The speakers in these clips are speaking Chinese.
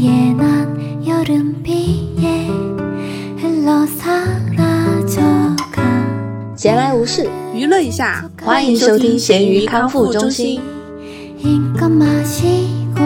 새난 여름비에 흘러 사라져가 闲来无事， 娱乐一下， 欢迎收听咸鱼康复中心。 힘껏 마시고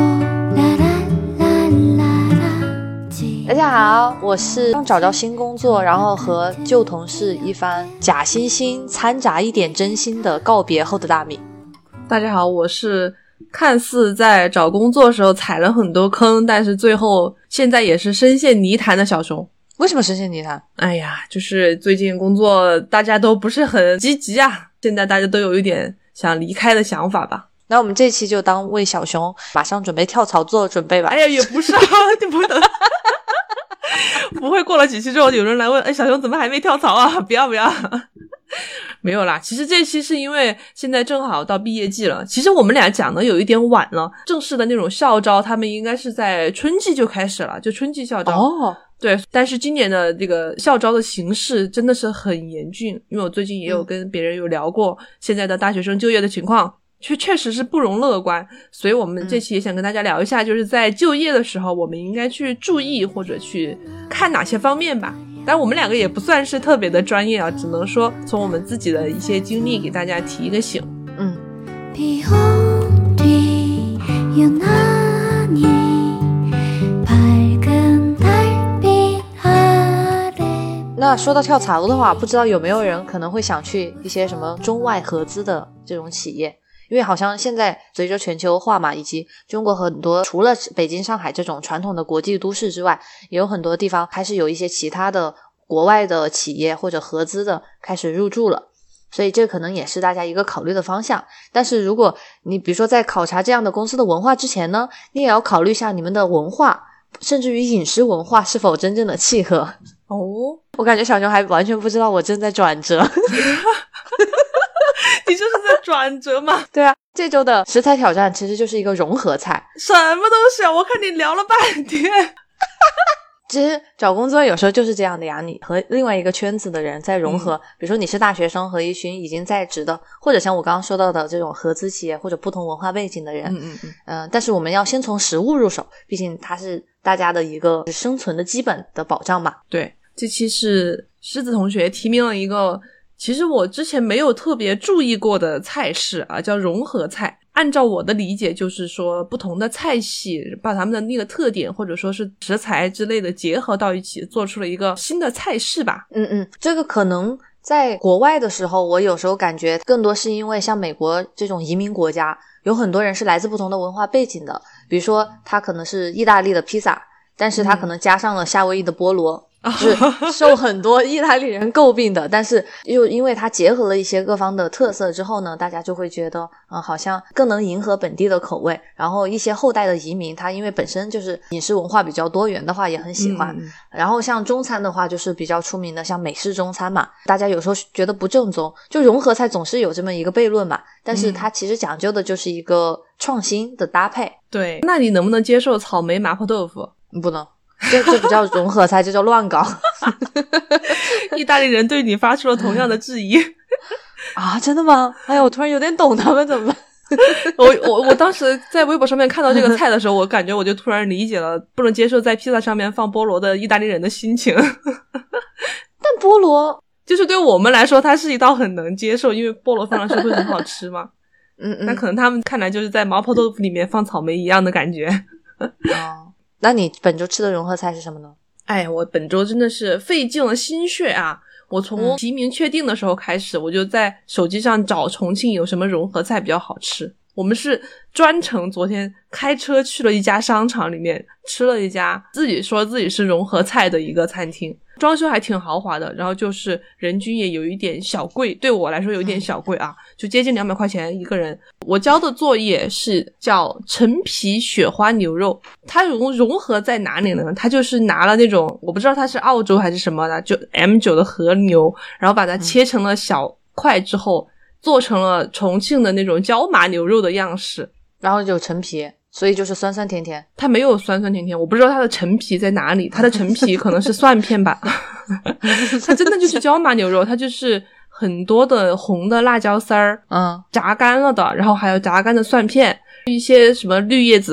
라라라라라 大家好，我是刚找到新工作，然后和旧同事一番假惺惺掺杂一点真心的告别后的大米。 大家好，我是看似在找工作的时候踩了很多坑，但是最后现在也是深陷泥潭的小熊。 为什么深陷泥潭？ 哎呀，就是最近工作大家都不是很积极啊，现在大家都有一点想离开的想法吧。 那我们这期就当为小熊马上准备跳槽做准备吧。 哎呀，也不是啊，你不能不会过了几期之后有人来问，哎，小熊怎么还没跳槽啊？不要没有啦，其实这期是因为现在正好到毕业季了，其实我们俩讲的有一点晚了，正式的那种校招他们应该是在春季就开始了，就春季校招。 哦， 对，但是今年的这个校招的形势真的是很严峻，因为我最近也有跟别人有聊过现在的大学生就业的情况，确实是不容乐观，所以我们这期也想跟大家聊一下，就是在就业的时候我们应该去注意或者去看哪些方面吧。但我们两个也不算是特别的专业啊，只能说从我们自己的一些经历给大家提一个醒。 비온 뒤 유난히 밝은 달빛 아래 那说到跳槽的话，不知道有没有人可能会想去一些什么中外合资的这种企业，因为好像现在随着全球化嘛，以及中国很多除了北京上海这种传统的国际都市之外，也有很多地方开始有一些其他的国外的企业或者合资的开始入驻了，所以这可能也是大家一个考虑的方向。但是如果你比如说在考察这样的公司的文化之前呢，你也要考虑一下你们的文化甚至于饮食文化是否真正的契合。 哦， 我感觉小熊还完全不知道我正在转折。 你这是在转折吗？ 对啊，这周的食材挑战其实就是一个融合菜。 什么东西啊？我看你聊了半天。 其实找工作有时候就是这样的呀，你和另外一个圈子的人在融合，比如说你是大学生和一群已经在职的，或者像我刚刚说到的这种合资企业或者不同文化背景的人。但是我们要先从食物入手，毕竟它是大家的一个生存的基本的保障嘛。 对，这期是狮子同学提名了一个其实我之前没有特别注意过的菜式啊，叫融合菜。按照我的理解就是说不同的菜系把他们的那个特点或者说是食材之类的结合到一起，做出了一个新的菜式吧。 这个可能在国外的时候我有时候感觉更多是因为像美国这种移民国家有很多人是来自不同的文化背景的，比如说他可能是意大利的披萨，但是他可能加上了夏威夷的菠萝，是受很多意大利人诟病的，但是又因为它结合了一些各方的特色之后呢，大家就会觉得好像更能迎合本地的口味，然后一些后代的移民他因为本身就是饮食文化比较多元的话也很喜欢。然后像中餐的话就是比较出名的像美式中餐嘛，大家有时候觉得不正宗，就融合菜总是有这么一个悖论嘛，但是它其实讲究的就是一个创新的搭配。 对，那你能不能接受草莓麻婆豆腐？ 不能，这不叫融合菜，这叫乱搞。 意大利人对你发出了同样的质疑。 啊，真的吗？哎呀，我突然有点懂他们怎么办。 我当时在微博上面看到这个菜的时候，我感觉我就突然理解了不能接受在披萨上面放菠萝的意大利人的心情。 但菠萝就是对我们来说它是一道很能接受，因为菠萝放上去会很好吃嘛。那可能他们看来就是在麻婆豆腐里面放草莓一样的感觉。 那你本周吃的融合菜是什么呢？ 哎，我本周真的是费尽了心血啊！我从提名确定的时候开始，我就在手机上找重庆有什么融合菜比较好吃。我们是专程昨天开车去了一家商场里面吃了一家自己说自己是融合菜的一个餐厅，装修还挺豪华的，然后就是人均也有一点小贵，对我来说有一点小贵啊，就接近200块钱一个人。我交的作业是叫陈皮雪花牛肉，它融合在哪里呢？它就是拿了那种我不知道它是澳洲还是什么的，就 M9 的和牛，然后把它切成了小块之后做成了重庆的那种椒麻牛肉的样式， 然后有陈皮，所以就是酸酸甜甜。 它没有酸酸甜甜，我不知道它的陈皮在哪里，它的陈皮可能是蒜片吧。它真的就是椒麻牛肉，它就是很多的红的辣椒丝儿，炸干了的，然后还有炸干的蒜片，一些什么绿叶子，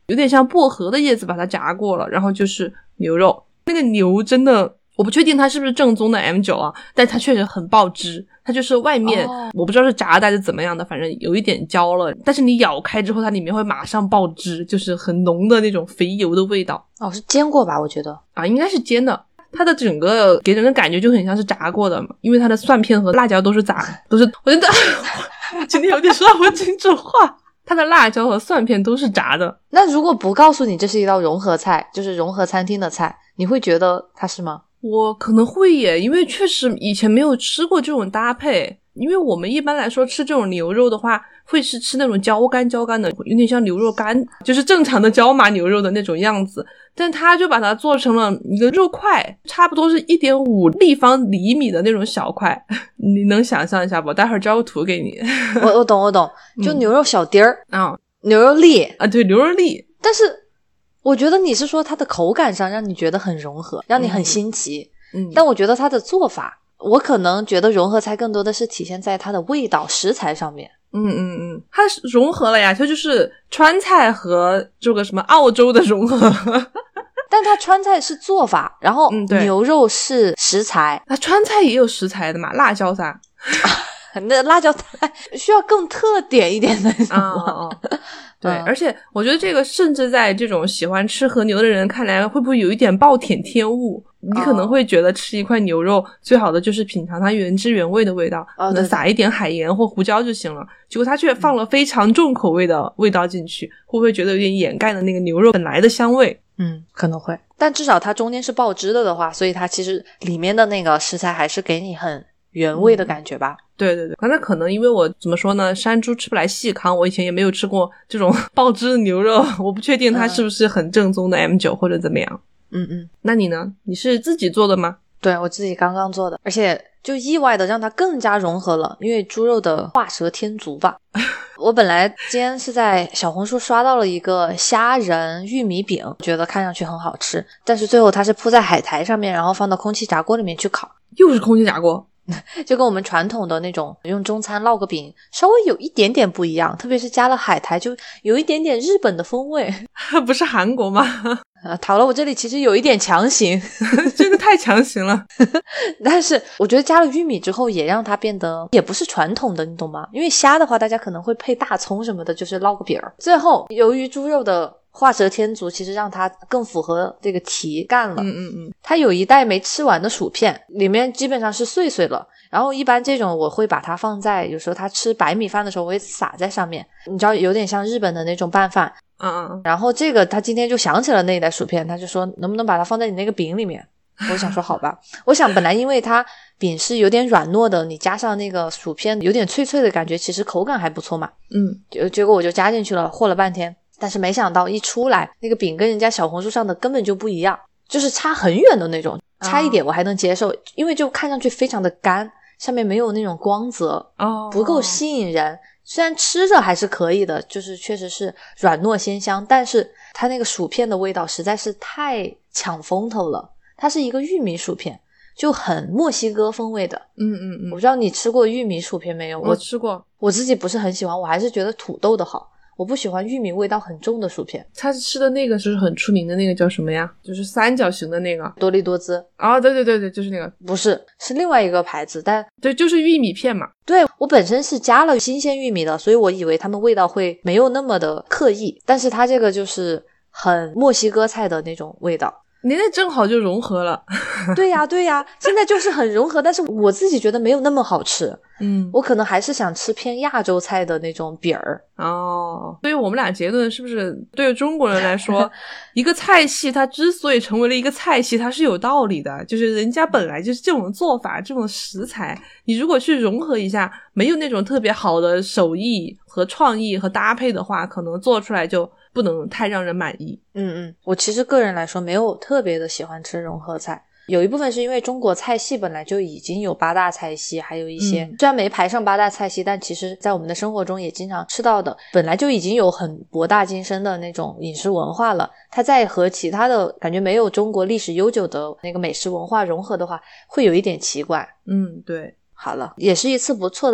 有点像薄荷的叶子把它炸过了，然后就是牛肉。那个牛真的我不确定它是不是正宗的 M9 啊，但它确实很爆汁，它就是外面我不知道是炸的还是怎么样的，反正有一点焦了，但是你咬开之后它里面会马上爆汁，就是很浓的那种肥油的味道。 是煎过吧我觉得啊，应该是煎的。它的整个给人的感觉就很像是炸过的嘛，因为它的蒜片和辣椒都是我觉得今天有点说不清楚话，它的辣椒和蒜片都是炸的。 那如果不告诉你这是一道融合菜，就是融合餐厅的菜，你会觉得它是吗？ 我可能会耶，因为确实以前没有吃过这种搭配。因为我们一般来说吃这种牛肉的话，会是吃那种焦干的，有点像牛肉干，就是正常的椒麻牛肉的那种样子。但他就把它做成了一个肉块，差不多是 1.5立方厘米的那种小块，你能想象一下不？待会儿交个图给你。 我懂，就牛肉小丁儿啊， 牛肉粒啊，对，牛肉粒。 但是我觉得你是说它的口感上让你觉得很融合，让你很新奇。但我觉得它的做法，我可能觉得融合菜更多的是体现在它的味道食材上面。 它融合了呀，它就是川菜和这个什么澳洲的融合。 但它川菜是做法，然后牛肉是食材。 它川菜也有食材的嘛，辣椒噻。 那辣椒菜需要更特点一点的那种。 对，而且我觉得这个甚至在这种喜欢吃和牛的人看来，会不会有一点暴殄天物？你可能会觉得吃一块牛肉最好的就是品尝它原汁原味的味道，可能撒一点海盐或胡椒就行了。结果它却放了非常重口味的味道进去，会不会觉得有点掩盖了那个牛肉本来的香味？ 可能会。但至少它中间是爆汁的话，所以它其实里面的那个食材还是给你很原味的感觉吧。 对，那可能因为我怎么说呢，山猪吃不来细糠，我以前也没有吃过这种爆汁的牛肉，我不确定它是不是很正宗的 M9 或者怎么样。那你呢？你是自己做的吗？ 对，我自己刚刚做的，而且就意外的让它更加融合了，因为猪肉的画蛇添足吧。我本来今天是在小红书刷到了一个虾仁玉米饼，觉得看上去很好吃，但是最后它是铺在海苔上面，然后放到空气炸锅里面去烤。 又是空气炸锅？ 就跟我们传统的那种用中餐烙个饼稍微有一点点不一样，特别是加了海苔，就有一点点日本的风味。 不是韩国吗？ 讨了我这里其实有一点强行。 真的太强行了。 但是我觉得加了玉米之后也让它变得也不是传统的，你懂吗？因为虾的话大家可能会配大葱什么的，就是烙个饼儿。最后由于猪肉的画蛇添足，其实让它更符合这个题干了。它有一袋没吃完的薯片，里面基本上是碎碎了，然后一般这种我会把它放在，有时候他吃白米饭的时候我会撒在上面，你知道有点像日本的那种拌饭。然后这个他今天就想起了那一袋薯片，他就说能不能把它放在你那个饼里面。我想说好吧，我想本来因为它饼是有点软糯的，你加上那个薯片有点脆脆的感觉，其实口感还不错嘛。结果我就加进去了，和了半天，但是没想到一出来那个饼跟人家小红书上的根本就不一样，就是差很远的那种。差一点我还能接受，因为就看上去非常的干，上面没有那种光泽，不够吸引人。虽然吃着还是可以的，就是确实是软糯鲜香，但是它那个薯片的味道实在是太抢风头了。它是一个玉米薯片，就很墨西哥风味的。我不知道你吃过玉米薯片没有？ 我吃过， 我自己不是很喜欢，我还是觉得土豆的好。我不喜欢玉米味道很重的薯片。 他吃的那个是很出名的那个叫什么呀？就是三角形的那个多利多滋。 对，就是那个。 不是，是另外一个牌子，但对，就是玉米片嘛。 对，我本身是加了新鲜玉米的，所以我以为他们味道会没有那么的刻意，但是它这个就是很墨西哥菜的那种味道。 你那正好就融合了。 对呀，现在就是很融合，但是我自己觉得没有那么好吃。我可能还是想吃偏亚洲菜的那种饼儿。 所以我们俩结论是不是对于中国人来说，一个菜系它之所以成为了一个菜系，它是有道理的，就是人家本来就是这种做法，这种食材，你如果去融合一下，没有那种特别好的手艺和创意和搭配的话，可能做出来就不能太让人满意。 我其实个人来说没有特别的喜欢吃融合菜，有一部分是因为中国菜系本来就已经有8大菜系，还有一些虽然没排上8大菜系，但其实在我们的生活中也经常吃到的，本来就已经有很博大精深的那种饮食文化了，它再和其他的感觉没有中国历史悠久的那个美食文化融合的话，会有一点奇怪。 对。 好了，也是一次不错的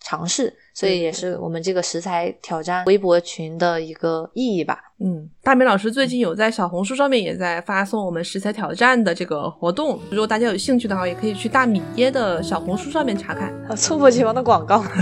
尝试，所以也是我们这个食材挑战微博群的一个意义吧。 大美老师最近有在小红书上面也在发送我们食材挑战的这个活动，如果大家有兴趣的话，也可以去大米耶的小红书上面查看。 猝不及防的广告。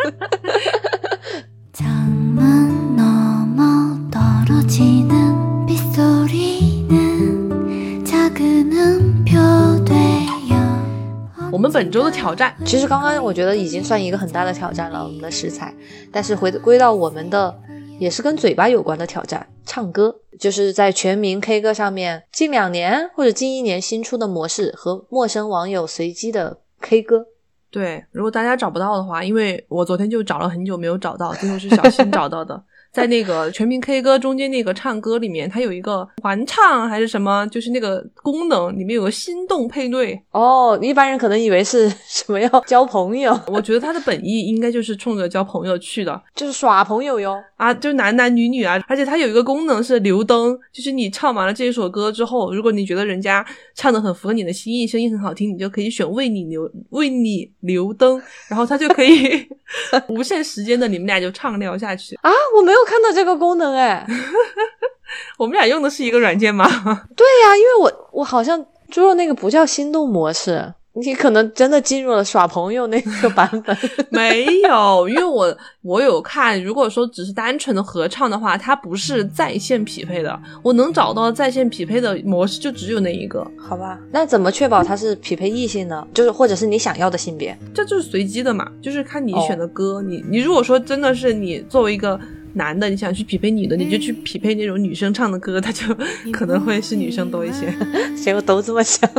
我们本周的挑战， 其实刚刚我觉得已经算一个很大的挑战了，我们的食材，但是回归到我们的也是跟嘴巴有关的挑战，唱歌，就是在全民 K 歌上面近2年或者近1年新出的模式，和陌生网友随机的 K 歌。 对，如果大家找不到的话，因为我昨天就找了很久没有找到，最后是小新找到的。在那个全民 K 歌中间那个唱歌里面，它有一个环唱还是什么，就是那个功能里面有个心动配对。 一般人可能以为是什么要交朋友， 我觉得它的本意应该就是冲着交朋友去的， 就是耍朋友哟啊，就男男女女啊。而且它有一个功能是留灯，就是你唱完了这一首歌之后，如果你觉得人家唱得很符合你的心意，声音很好听，你就可以选为你留灯，然后它就可以无限时间的你们俩就畅聊下去啊！我没有看到这个功能哎。 我们俩用的是一个软件吗？ 对呀，因为我好像猪肉那个不叫心动模式，你可能真的进入了耍朋友那个版本。 没有，因为我有看，如果说只是单纯的合唱的话，它不是在线匹配的，我能找到在线匹配的模式就只有那一个。 好吧，那怎么确保它是匹配异性呢？就是或者是你想要的性别？这就是随机的嘛，就是看你选的歌。你如果说真的是你作为一个男的，你想去匹配女的，你就去匹配那种女生唱的歌，它就可能会是女生多一些。 结果都这么想。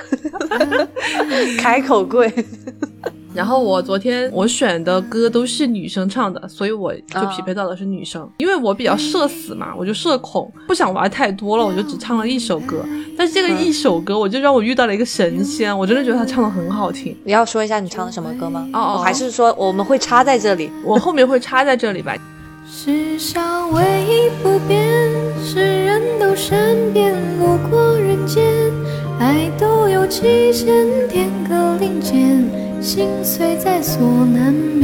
开口贵。 然后我昨天我选的歌都是女生唱的，所以我就匹配到的是女生。因为我比较社死嘛，我就社恐，不想玩太多了，我就只唱了一首歌。但是这个一首歌我就让我遇到了一个神仙，我真的觉得他唱的很好听。 你要说一下你唱的什么歌吗？还是说我们会插在这里？ 我后面会插在这里吧。 世上唯一不变，是人都善变，路过人间，爱都有期限，天各零件，心碎在所难免。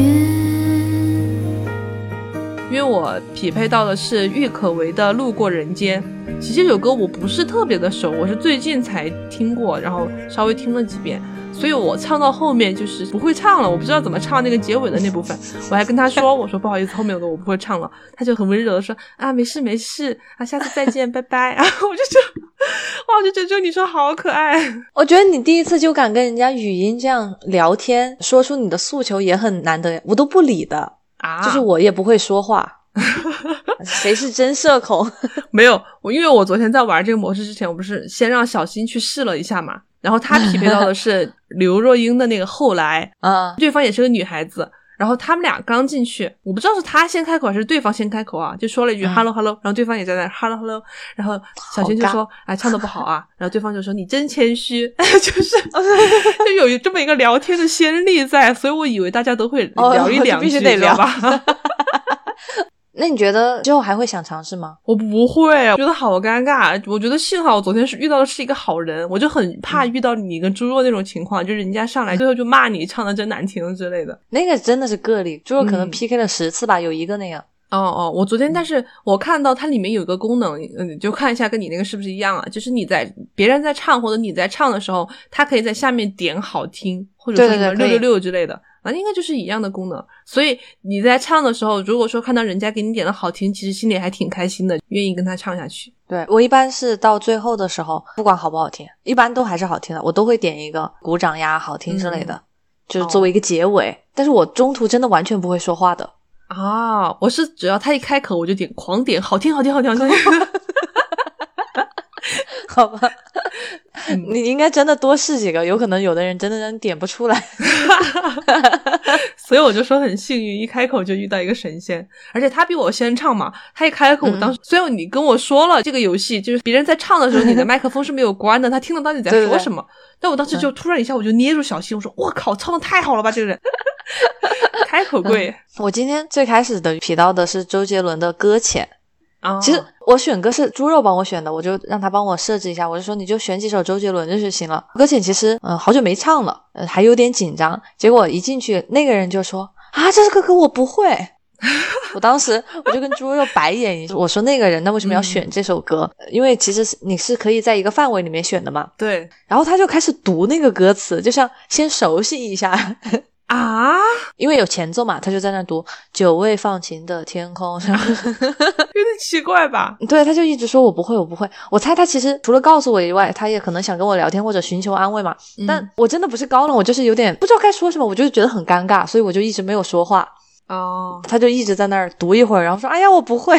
因为我匹配到的是郁可唯的路过人间。其实这首歌我不是特别的熟，我是最近才听过，然后稍微听了几遍，所以我唱到后面就是不会唱了，我不知道怎么唱那个结尾的那部分。我还跟他说，我说不好意思，后面的我不会唱了。他就很温柔的说啊，没事没事啊，下次再见拜拜啊。我就觉得哇，我就觉得这个女生好可爱。 我觉得你第一次就敢跟人家语音这样聊天，说出你的诉求也很难得，我都不理的啊，就是我也不会说话。谁是真社恐？ 没有，因为我昨天在玩这个模式之前，我不是先让小新去试了一下嘛，然后他匹配到的是刘若英的那个后来啊，对方也是个女孩子，然后他们俩刚进去，我不知道是他先开口还是对方先开口啊，就说了一句 hello hello， 然后对方也在那 hello hello， 然后小新就说哎，唱得不好啊，然后对方就说你真谦虚。就是就有这么一个聊天的先例在，所以我以为大家都会聊一两句，必须得聊吧。 那你觉得之后还会想尝试吗？ 我不会，我觉得好尴尬。我觉得幸好我昨天是遇到的是一个好人，我就很怕遇到你跟猪肉那种情况，就是人家上来最后就骂你唱的真难听之类的。 那个真的是个例，猪肉可能 PK 了10次吧，有一个那样。 我昨天但是我看到它里面有一个功能，就看一下跟你那个是不是一样啊，就是你在别人在唱或者你在唱的时候，它可以在下面点好听，或者说什么666之类的。应该就是一样的功能，所以你在唱的时候，如果说看到人家给你点的好听，其实心里还挺开心的，愿意跟他唱下去。 对，我一般是到最后的时候，不管好不好听，一般都还是好听的，我都会点一个鼓掌呀、好听之类的，就是作为一个结尾。但是我中途真的完全不会说话的啊！我是只要他一开口，我就狂点好听好听好听好听。 好吧，你应该真的多试几个，有可能有的人真的点不出来。 所以我就说很幸运，一开口就遇到一个神仙，而且他比我先唱嘛，他一开口，当时虽然你跟我说了这个游戏就是别人在唱的时候你的麦克风是没有关的，他听得到你在说什么，但我当时就突然一下我就捏住小新，我说我靠，唱得太好了吧这个人。开口贵。 我今天最开始的匹到的是周杰伦的搁浅。其实我选歌是猪肉帮我选的，我就让他帮我设置一下，我就说你就选几首周杰伦就行了。搁浅其实好久没唱了，还有点紧张，结果一进去那个人就说啊，这个歌我不会。我当时我就跟猪肉白眼一下，我说那个人那为什么要选这首歌？因为其实你是可以在一个范围里面选的嘛。 对。 然后他就开始读那个歌词，就像先熟悉一下啊， 因为有前奏嘛，他就在那读久未放晴的天空有点奇怪吧。 对，他就一直说我不会。我猜他其实除了告诉我以外，他也可能想跟我聊天或者寻求安慰嘛。但我真的不是高冷，我就是有点不知道该说什么，我就是觉得很尴尬，所以我就一直没有说话。他就一直在那儿读一会儿，然后说哎呀我不会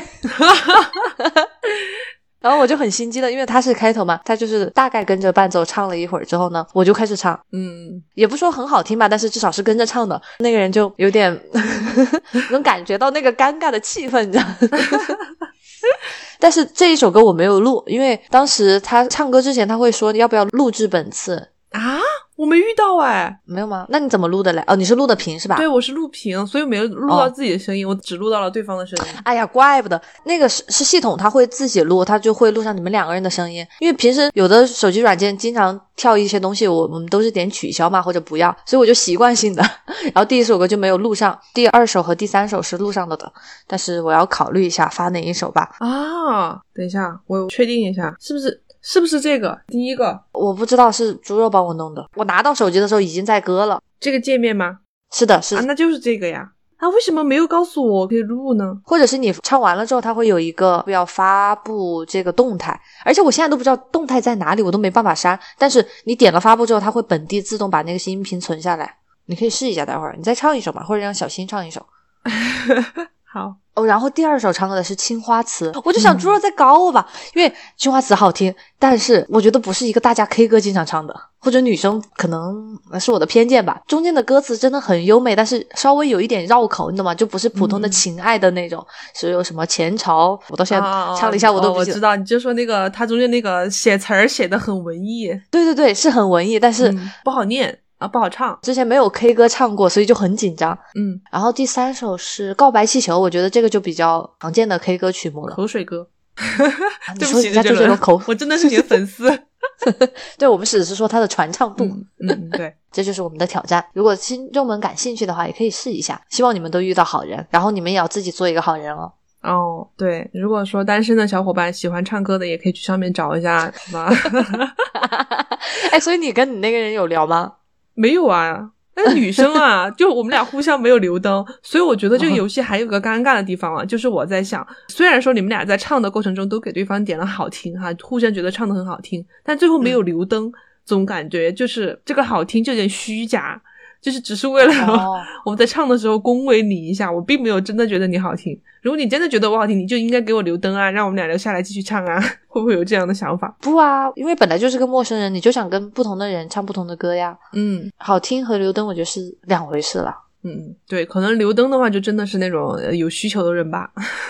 然后我就很心机的，因为他是开头嘛，他就是大概跟着伴奏唱了一会儿之后呢，我就开始唱。也不说很好听吧，但是至少是跟着唱的。那个人就有点能感觉到那个尴尬的气氛，你知道但是这一首歌我没有录，因为当时他唱歌之前他会说要不要录制本次啊，我没遇到没有吗？那你怎么录的嘞？你是录的屏是吧？ 对，我是录屏，所以没有录到自己的声音，我只录到了对方的声音。 哎呀，怪不得那个是系统，它会自己录，它就会录上你们两个人的声音。因为平时有的手机软件经常跳一些东西，我们都是点取消嘛，或者不要，所以我就习惯性的。然后第一首歌就没有录上，第二首和第三首是录上的，但是我要考虑一下发哪一首吧。 等一下，我确定一下，是不是这个第一个？ 我不知道，是猪肉帮我弄的。我拿到手机的时候已经在歌了。 这个界面吗？ 是的，是那就是这个呀。为什么没有告诉我可以录呢？ 或者是你唱完了之后它会有一个要发布这个动态，而且我现在都不知道动态在哪里，我都没办法删，但是你点了发布之后它会本地自动把那个音频存下来。你可以试一下，待会儿你再唱一首嘛，或者让小新唱一首好然后第二首唱的是青花瓷，我就想猪肉在搞我吧，因为青花瓷好听，但是我觉得不是一个大家 K 歌经常唱的，或者女生可能是我的偏见吧。中间的歌词真的很优美，但是稍微有一点绕口，你懂吗？就不是普通的情爱的那种，是有什么前朝，我到现在唱了一下我都不记得。 我知道，你就说那个他中间那个写词儿写得很文艺。 对，是很文艺，但是不好念不好唱， 之前没有 K 歌唱过，所以就很紧张。然后第三首是告白气球，我觉得这个就比较常见的 K 歌曲目了， 口水歌对不起，这个口我真的是你的粉丝对，我们只是说它的传唱度对， 这就是我们的挑战。如果听众们感兴趣的话也可以试一下，希望你们都遇到好人，然后你们也要自己做一个好人哦。 对，如果说单身的小伙伴喜欢唱歌的也可以去上面找一下是吧所以你跟你那个人有聊吗？ 没有啊，那女生啊就我们俩互相没有留灯，所以我觉得这个游戏还有个尴尬的地方就是我在想，虽然说你们俩在唱的过程中都给对方点了好听互相觉得唱得很好听，但最后没有留灯，总感觉就是这个好听就有点虚假，就是只是为了我们在唱的时候恭维你一下，我并没有真的觉得你好听。如果你真的觉得我好听，你就应该给我留灯让我们俩留下来继续唱会不会有这样的想法？ 不因为本来就是个陌生人，你就想跟不同的人唱不同的歌呀。好听和留灯我觉得是两回事了。 对，可能留灯的话就真的是那种有需求的人吧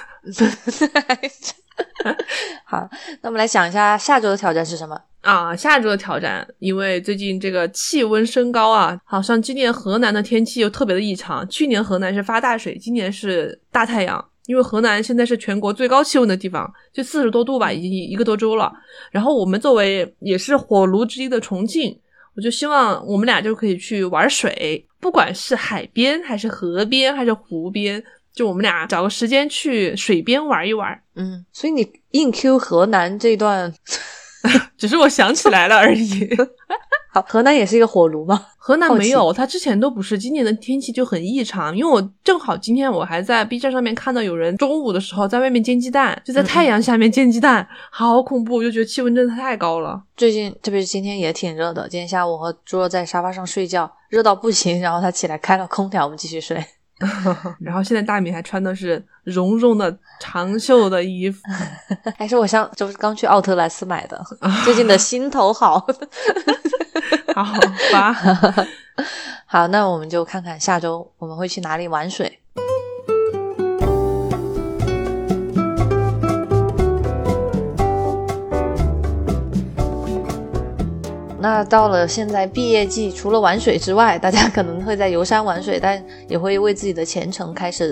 好，那我们来想一下下周的挑战是什么下周的挑战，因为最近这个气温升高好像今年河南的天气又特别的异常，去年河南是发大水，今年是大太阳，因为河南现在是全国最高气温的地方，就40多度吧，已经1个多周了。然后我们作为也是火炉之一的重庆，我就希望我们俩就可以去玩水，不管是海边还是河边还是湖边，就我们俩找个时间去水边玩一玩。 所以你硬 Q 河南这段只是我想起来了而已好，河南也是一个火炉吗？ 河南没有，它之前都不是，今年的天气就很异常。因为我正好今天我还在 B 站上面看到有人中午的时候在外面煎鸡蛋，就在太阳下面煎鸡蛋，好恐怖，我就觉得气温真的太高了。 最近特别是今天也挺热的，今天下午和猪肉在沙发上睡觉，热到不行，然后他起来开了空调，我们继续睡然后现在大米还穿的是绒绒的长袖的衣服还是我就是刚去奥特莱斯买的最近的心头好好吧好，那我们就看看下周我们会去哪里玩水。那到了现在毕业季，除了玩水之外，大家可能会在游山玩水，但也会为自己的前程开始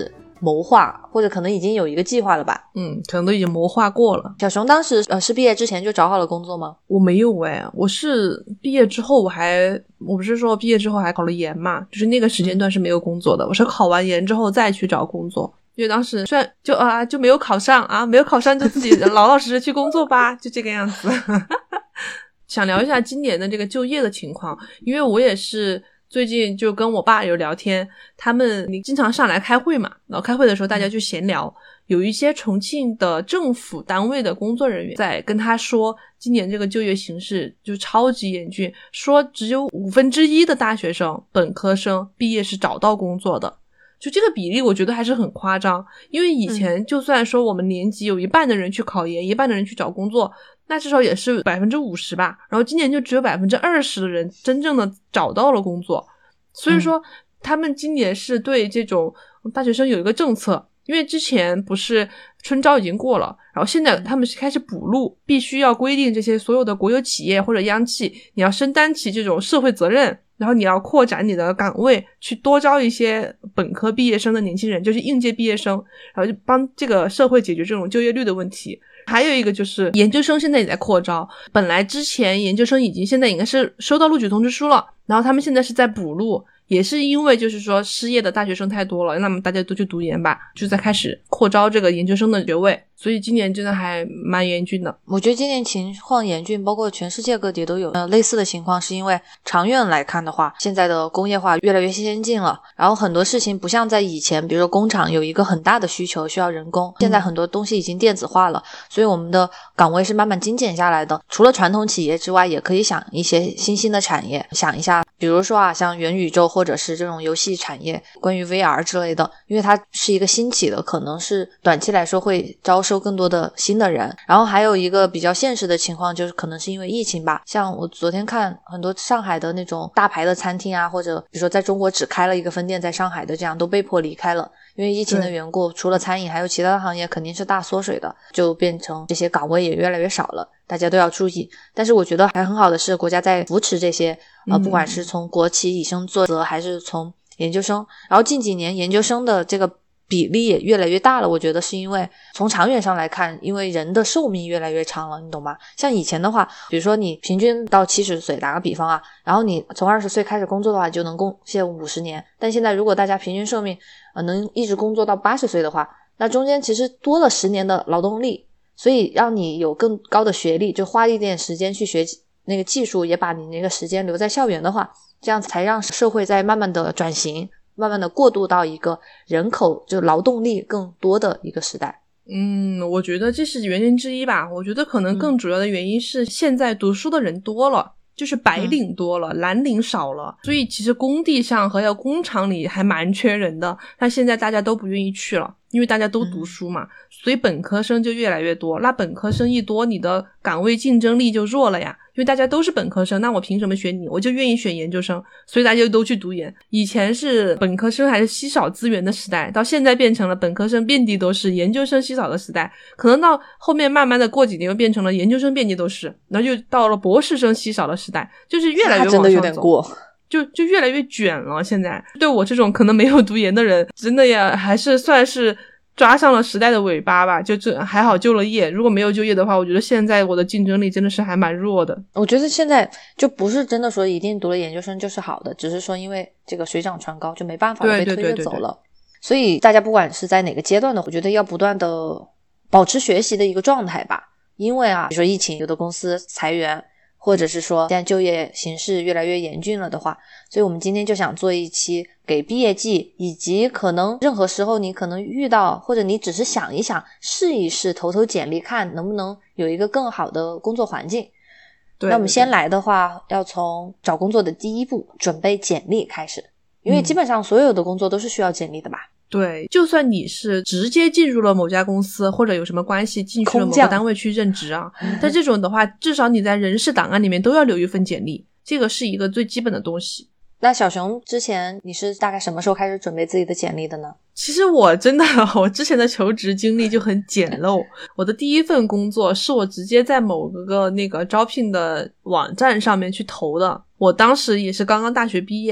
谋划，或者可能已经有一个计划了吧。 可能都已经谋划过了。 小熊当时是毕业之前就找好了工作吗？ 我没有我是毕业之后我不是说毕业之后还考了研嘛，就是那个时间段是没有工作的，我是考完研之后再去找工作。因为当时虽然就没有考上啊，没有考上就自己老老实实去工作吧，就这个样子。想聊一下今年的这个就业的情况，因为我也是最近就跟我爸有聊天，他们经常上来开会嘛，然后开会的时候大家就闲聊，有一些重庆的政府单位的工作人员在跟他说今年这个就业形势就超级严峻，说只有1/5的大学生本科生毕业是找到工作的。就这个比例我觉得还是很夸张，因为以前就算说我们年级有一半的人去考研，一半的人去找工作，那至少也是50%吧，然后今年就只有20%的人真正的找到了工作。所以说他们今年是对这种大学生有一个政策，因为之前不是春招已经过了，然后现在他们是开始补录，必须要规定这些所有的国有企业或者央企你要承担起这种社会责任，然后你要扩展你的岗位，去多招一些本科毕业生的年轻人，就是应届毕业生，然后就帮这个社会解决这种就业率的问题。还有一个就是研究生现在也在扩招，本来之前研究生现在应该是收到录取通知书了，然后他们现在是在补录，也是因为就是说失业的大学生太多了，那么大家都去读研吧，就在开始扩招这个研究生的学位，所以今年真的还蛮严峻的。 我觉得今年情况严峻，包括全世界各地都有类似的情况，是因为长远来看的话，现在的工业化越来越先进了，然后很多事情不像在以前，比如说工厂有一个很大的需求需要人工，现在很多东西已经电子化了，所以我们的岗位是慢慢精简下来的。除了传统企业之外，也可以想一些新兴的产业，想一下比如说像元宇宙或者是这种游戏产业，关于 VR 之类的，因为它是一个兴起的，可能是短期来说会招收更多的新的人。然后还有一个比较现实的情况，就是可能是因为疫情吧，像我昨天看很多上海的那种大牌的餐厅啊，或者比如说在中国只开了一个分店在上海的，这样都被迫离开了，因为疫情的缘故，除了餐饮还有其他的行业肯定是大缩水的，就变成这些岗位也越来越少了，大家都要注意。但是我觉得还很好的是国家在扶持这些不管是从国企以身作则还是从研究生，然后近几年研究生的这个比例也越来越大了，我觉得是因为从长远上来看，因为人的寿命越来越长了，你懂吗？像以前的话，比如说你平均到70岁，打个比方啊，然后你从20岁开始工作的话就能贡献50年，但现在如果大家平均寿命能一直工作到80岁的话，那中间其实多了10年的劳动力，所以让你有更高的学历，就花一点时间去学那个技术，也把你那个时间留在校园的话，这样才让社会在慢慢的转型，慢慢的过渡到一个人口就劳动力更多的一个时代。 我觉得这是原因之一吧。我觉得可能更主要的原因是现在读书的人多了，就是白领多了，蓝领少了，所以其实工地上和工厂里还蛮缺人的，但现在大家都不愿意去了，因为大家都读书嘛，所以本科生就越来越多。那本科生一多，你的岗位竞争力就弱了呀，因为大家都是本科生，那我凭什么选你？我就愿意选研究生，所以大家就都去读研。以前是本科生还是稀少资源的时代，到现在变成了本科生遍地都是，研究生稀少的时代，可能到后面慢慢的过几年又变成了研究生遍地都是，然后就到了博士生稀少的时代，就是越来越往上走， 真的有点过， 就越来越卷了。现在对我这种可能没有读研的人，真的呀还是算是抓上了时代的尾巴吧，就这还好就了业，如果没有就业的话，我觉得现在我的竞争力真的是还蛮弱的。 我觉得现在就不是真的说一定读了研究生就是好的，只是说因为这个水涨船高就没办法被推着走了。所以大家不管是在哪个阶段的，我觉得要不断的保持学习的一个状态吧。因为比如说疫情，有的公司裁员，或者是说现在就业形势越来越严峻了的话，所以我们今天就想做一期给毕业季，以及可能任何时候你可能遇到，或者你只是想一想试一试投简历，看能不能有一个更好的工作环境。对，那我们先来的话，要从找工作的第一步准备简历开始，因为基本上所有的工作都是需要简历的吧。 对，就算你是直接进入了某家公司，或者有什么关系进去了某个单位去任职啊，但这种的话至少你在人事档案里面都要留一份简历，这个是一个最基本的东西。 那小熊之前你是大概什么时候开始准备自己的简历的呢？ 其实我之前的求职经历就很简陋，我的第一份工作是我直接在某个那个招聘的网站上面去投的，我当时也是刚刚大学毕业嘛，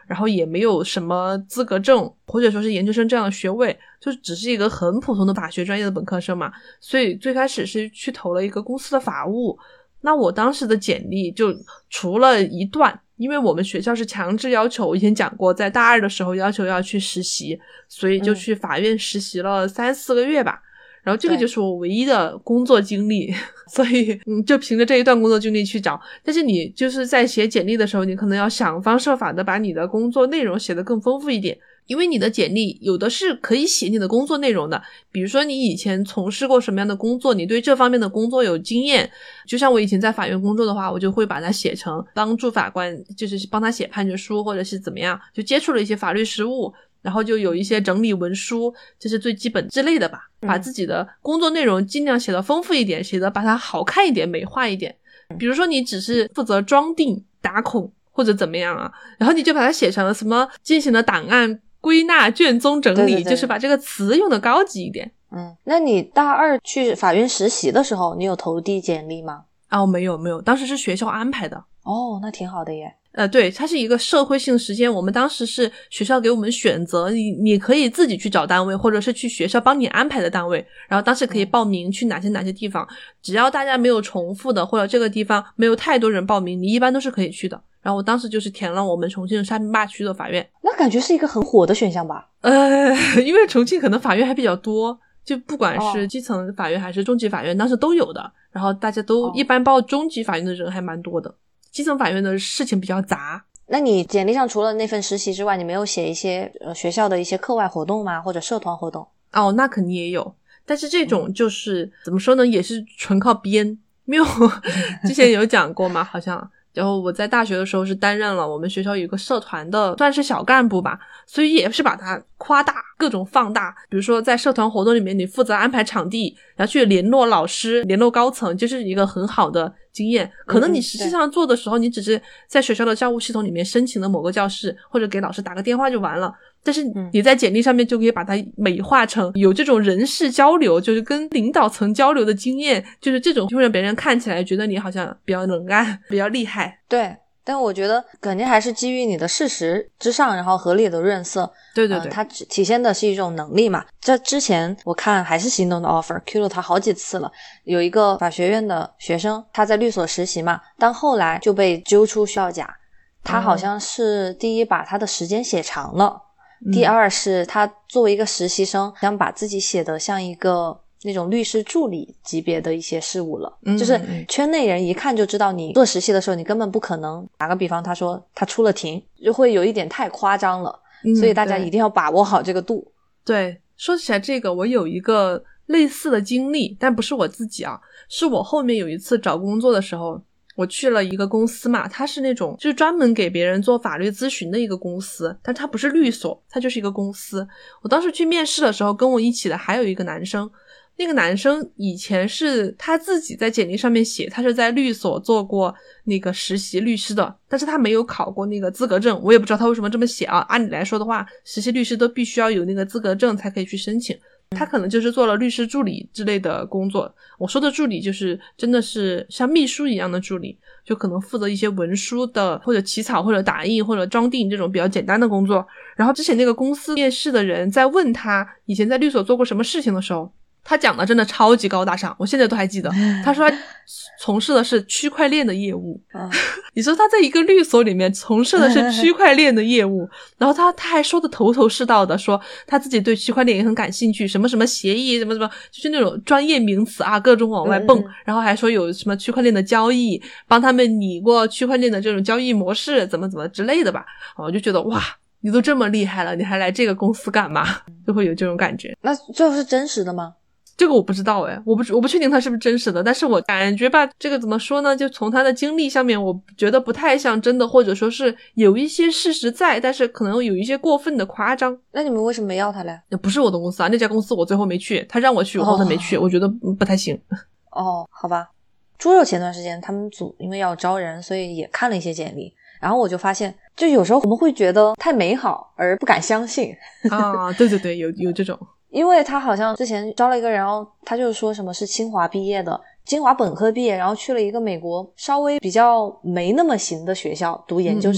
然后也没有什么资格证或者说是研究生这样的学位，就只是一个很普通的法学专业的本科生嘛，所以最开始是去投了一个公司的法务。那我当时的简历就除了一段，因为我们学校是强制要求，我以前讲过，在大二的时候要求要去实习，所以就去法院实习了3-4个月吧。然后这个就是我唯一的工作经历，所以就凭着这一段工作经历去找。但是你就是在写简历的时候，你可能要想方设法的把你的工作内容写得更丰富一点，因为你的简历有的是可以写你的工作内容的，比如说你以前从事过什么样的工作，你对这方面的工作有经验，就像我以前在法院工作的话，我就会把它写成帮助法官，就是帮他写判决书或者是怎么样，就接触了一些法律实务，然后就有一些整理文书，这是最基本之类的吧，把自己的工作内容尽量写得丰富一点，写得把它好看一点，美化一点。比如说你只是负责装订打孔或者怎么样啊，然后你就把它写成了什么进行了档案归纳卷宗整理， 对， 就是把这个词用的高级一点。 那你大二去法院实习的时候，你有投递简历吗？ 没有，当时是学校安排的。 哦，那挺好的耶。 对，它是一个社会性实践，我们当时是学校给我们选择，你可以自己去找单位，或者是去学校帮你安排的单位，然后当时可以报名去哪些地方，只要大家没有重复的，或者这个地方没有太多人报名，你一般都是可以去的。然后我当时就是填了我们重庆沙坪坝区的法院。 那感觉是一个很火的选项吧？ 因为重庆可能法院还比较多，就不管是基层法院还是中级法院当时都有的，然后大家都一般报中级法院的人还蛮多的，基层法院的事情比较杂。 那你简历上除了那份实习之外，你没有写一些学校的一些课外活动吗？或者社团活动？ 那肯定也有，但是这种就是怎么说呢，也是纯靠编，没有之前有讲过嘛，好像。然后我在大学的时候是担任了我们学校有一个社团的算是小干部吧，所以也是把它夸大，各种放大。比如说在社团活动里面，你负责安排场地，然后去联络老师，联络高层，就是一个很好的经验。可能你实际上做的时候，你只是在学校的教务系统里面申请了某个教室，或者给老师打个电话就完了，但是你在简历上面就可以把它美化成有这种人事交流，就是跟领导层交流的经验，就是这种会让别人看起来觉得你好像比较能干，比较厉害。 对，但我觉得肯定还是基于你的事实之上，然后合理的润色。 对， 它体现的是一种能力嘛。这之前我看还是心动的 offer Q 了他好几次了，有一个法学院的学生，他在律所实习嘛，但后来就被揪出校假。他好像是第一把他的时间写长了，第二是他作为一个实习生，想把自己写得像一个那种律师助理级别的一些事务了，就是圈内人一看就知道你做实习的时候你根本不可能，打个比方他说他出了庭，就会有一点太夸张了，所以大家一定要把握好这个度。 对，说起来这个我有一个类似的经历，但不是我自己啊，是我后面有一次找工作的时候，我去了一个公司嘛，它是那种就是专门给别人做法律咨询的一个公司，但它不是律所，它就是一个公司。我当时去面试的时候，跟我一起的还有一个男生，那个男生以前是他自己在简历上面写他是在律所做过那个实习律师的，但是他没有考过那个资格证，我也不知道他为什么这么写啊。按理来说的话，实习律师都必须要有那个资格证才可以去申请，他可能就是做了律师助理之类的工作。我说的助理就是真的是像秘书一样的助理，就可能负责一些文书的或者起草或者打印或者装订这种比较简单的工作。然后之前那个公司面试的人在问他以前在律所做过什么事情的时候，他讲的真的超级高大上，我现在都还记得。他说他从事的是区块链的业务。你说他在一个律所里面从事的是区块链的业务，然后他还说的头头是道的，说他自己对区块链也很感兴趣，什么什么协议什么什么，就是那种专业名词啊，各种往外蹦。然后还说有什么区块链的交易，帮他们拟过区块链的这种交易模式，怎么之类的吧。我就觉得哇，你都这么厉害了，你还来这个公司干嘛？就会有这种感觉。 那最后是真实的吗？ 这个我不知道我不确定他是不是真实的，但是我感觉吧，这个怎么说呢，就从他的经历上面我觉得不太像真的，或者说是有一些事实在，但是可能有一些过分的夸张。 那你们为什么没要他嘞？ 不是我的公司啊，那家公司我最后没去，他让我去我后头没去，我觉得不太行。 好吧。猪肉前段时间他们组因为要招人，所以也看了一些简历，然后我就发现就有时候我们会觉得太美好而不敢相信啊，对，有这种。 因为他好像之前招了一个人，然后他就说什么是清华毕业的，清华本科毕业，然后去了一个美国稍微比较没那么行的学校读研究生，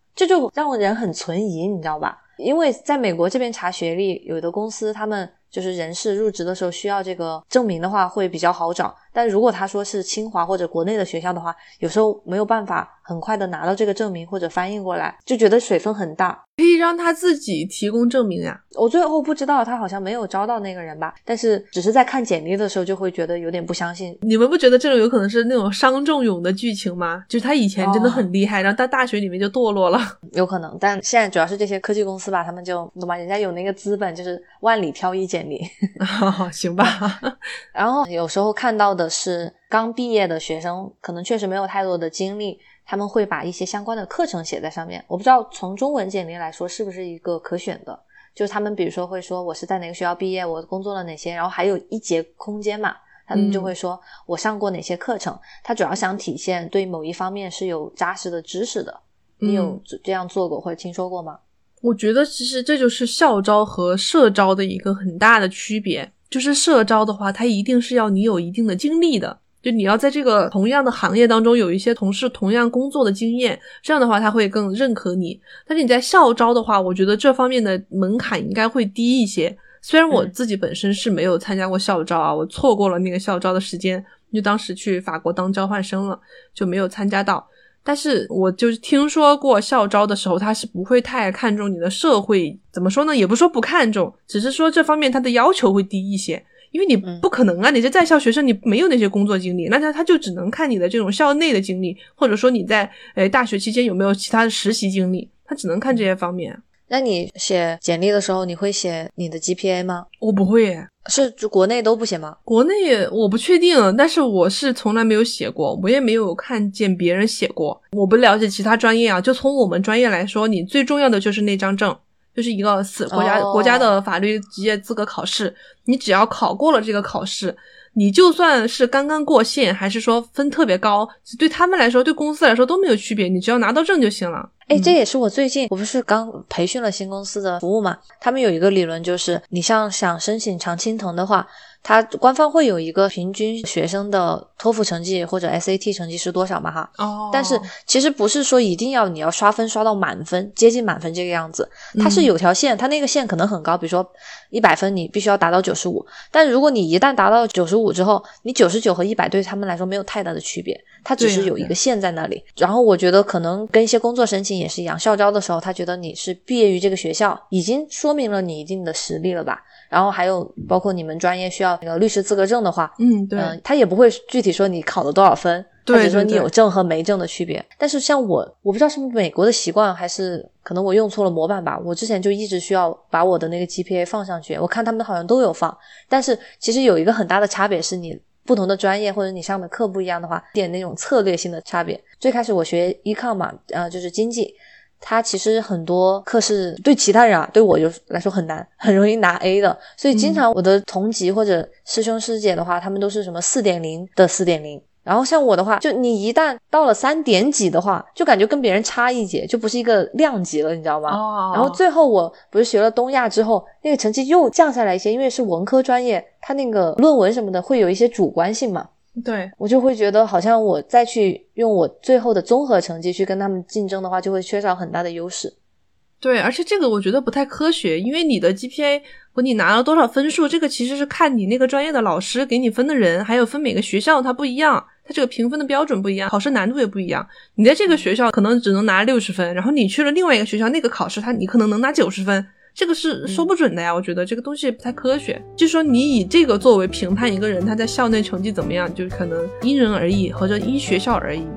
这就让人很存疑，你知道吧？因为在美国这边查学历，有的公司他们就是人事入职的时候需要这个证明的话会比较好找，但如果他说是清华或者国内的学校的话，有时候没有办法很快的拿到这个证明或者翻译过来，就觉得水分很大。 可以让他自己提供证明呀。 我最后不知道，他好像没有招到那个人吧，但是只是在看简历的时候就会觉得有点不相信。 你们不觉得这种有可能是那种伤仲永的剧情吗？就是他以前真的很厉害，然后到大学里面就堕落了。 有可能，但现在主要是这些科技公司吧，他们就懂吧，人家有那个资本，就是万里挑一简历。 行吧。 然后有时候看到的是刚毕业的学生，可能确实没有太多的经历，他们会把一些相关的课程写在上面。我不知道从中文简历来说是不是一个可选的，就是他们比如说会说我是在哪个学校毕业，我工作了哪些，然后还有一节空间嘛，他们就会说我上过哪些课程，他主要想体现对某一方面是有扎实的知识的。你有这样做过或者听说过吗？ 我觉得其实这就是校招和社招的一个很大的区别，就是社招的话它一定是要你有一定的经历的，就你要在这个同样的行业当中有一些同事同样工作的经验，这样的话他会更认可你。但是你在校招的话，我觉得这方面的门槛应该会低一些。虽然我自己本身是没有参加过校招啊，我错过了那个校招的时间，就当时去法国当交换生了，就没有参加到。但是我就是听说过校招的时候他是不会太看重你的社会，怎么说呢，也不是说不看重，只是说这方面他的要求会低一些。因为你不可能啊，你是在校学生，你没有那些工作经历，那他就只能看你的这种校内的经历，或者说你在大学期间有没有其他的实习经历，他只能看这些方面。 那你写简历的时候你会写你的 GPA 吗？ 我不会耶。 是国内都不写吗？ 国内我不确定，但是我是从来没有写过，我也没有看见别人写过。我不了解其他专业啊，就从我们专业来说，你最重要的就是那张证，就是一个国家的法律职业资格考试，你只要考过了这个考试，你就算是刚刚过线还是说分特别高，对他们来说对公司来说都没有区别，你只要拿到证就行了。 这也是我最近我不是刚培训了新公司的服务嘛，他们有一个理论，就是你像想申请常青藤的话，它官方会有一个平均学生的托福成绩或者 SAT 成绩是多少嘛哈。但是其实不是说一定要你要刷分刷到满分，接近满分这个样子，它是有条线，它那个线可能很高，比如说100分你必须要达到95，但如果你一旦达到95之后，你99和100对他们来说没有太大的区别，它只是有一个线在那里。然后我觉得可能跟一些工作申请也是一样，校招的时候他觉得你是毕业于这个学校，已经说明了你一定的实力了吧。然后还有包括你们专业需要那个律师资格证的话，对，他也不会具体说你考了多少分，他只说你有证和没证的区别。但是像我不知道是美国的习惯还是可能我用错了模板吧，我之前就一直需要把我的那个 GPA 放上去，我看他们好像都有放，但是其实有一个很大的差别是你不同的专业或者你上的课不一样的话，点那种策略性的差别。最开始我学 econ 嘛，就是经济，它其实很多课是对其他人啊，对我来说很难，很容易拿 A 的，所以经常我的同级或者师兄师姐的话，他们都是什么 4.0 的 4.0， 然后像我的话，就你一旦到了3点几的话，就感觉跟别人差一截，就不是一个量级了，你知道吗？然后最后我不是学了东亚之后，那个成绩又降下来一些，因为是文科专业，它那个论文什么的会有一些主观性嘛。 对， 我就会觉得好像我再去用我最后的综合成绩去跟他们竞争的话，就会缺少很大的优势。对， 而且这个我觉得不太科学，因为你的 GPA 和你拿了多少分数，这个其实是看你那个专业的老师给你分的人，还有分每个学校它不一样，它这个评分的标准不一样，考试难度也不一样。你在这个学校可能只能拿60分，然后你去了另外一个学校，那个考试你可能能拿90分，这个是说不准的呀。我觉得这个东西不太科学，就是说你以这个作为评判一个人他在校内成绩怎么样，就可能因人而异或者因学校而异。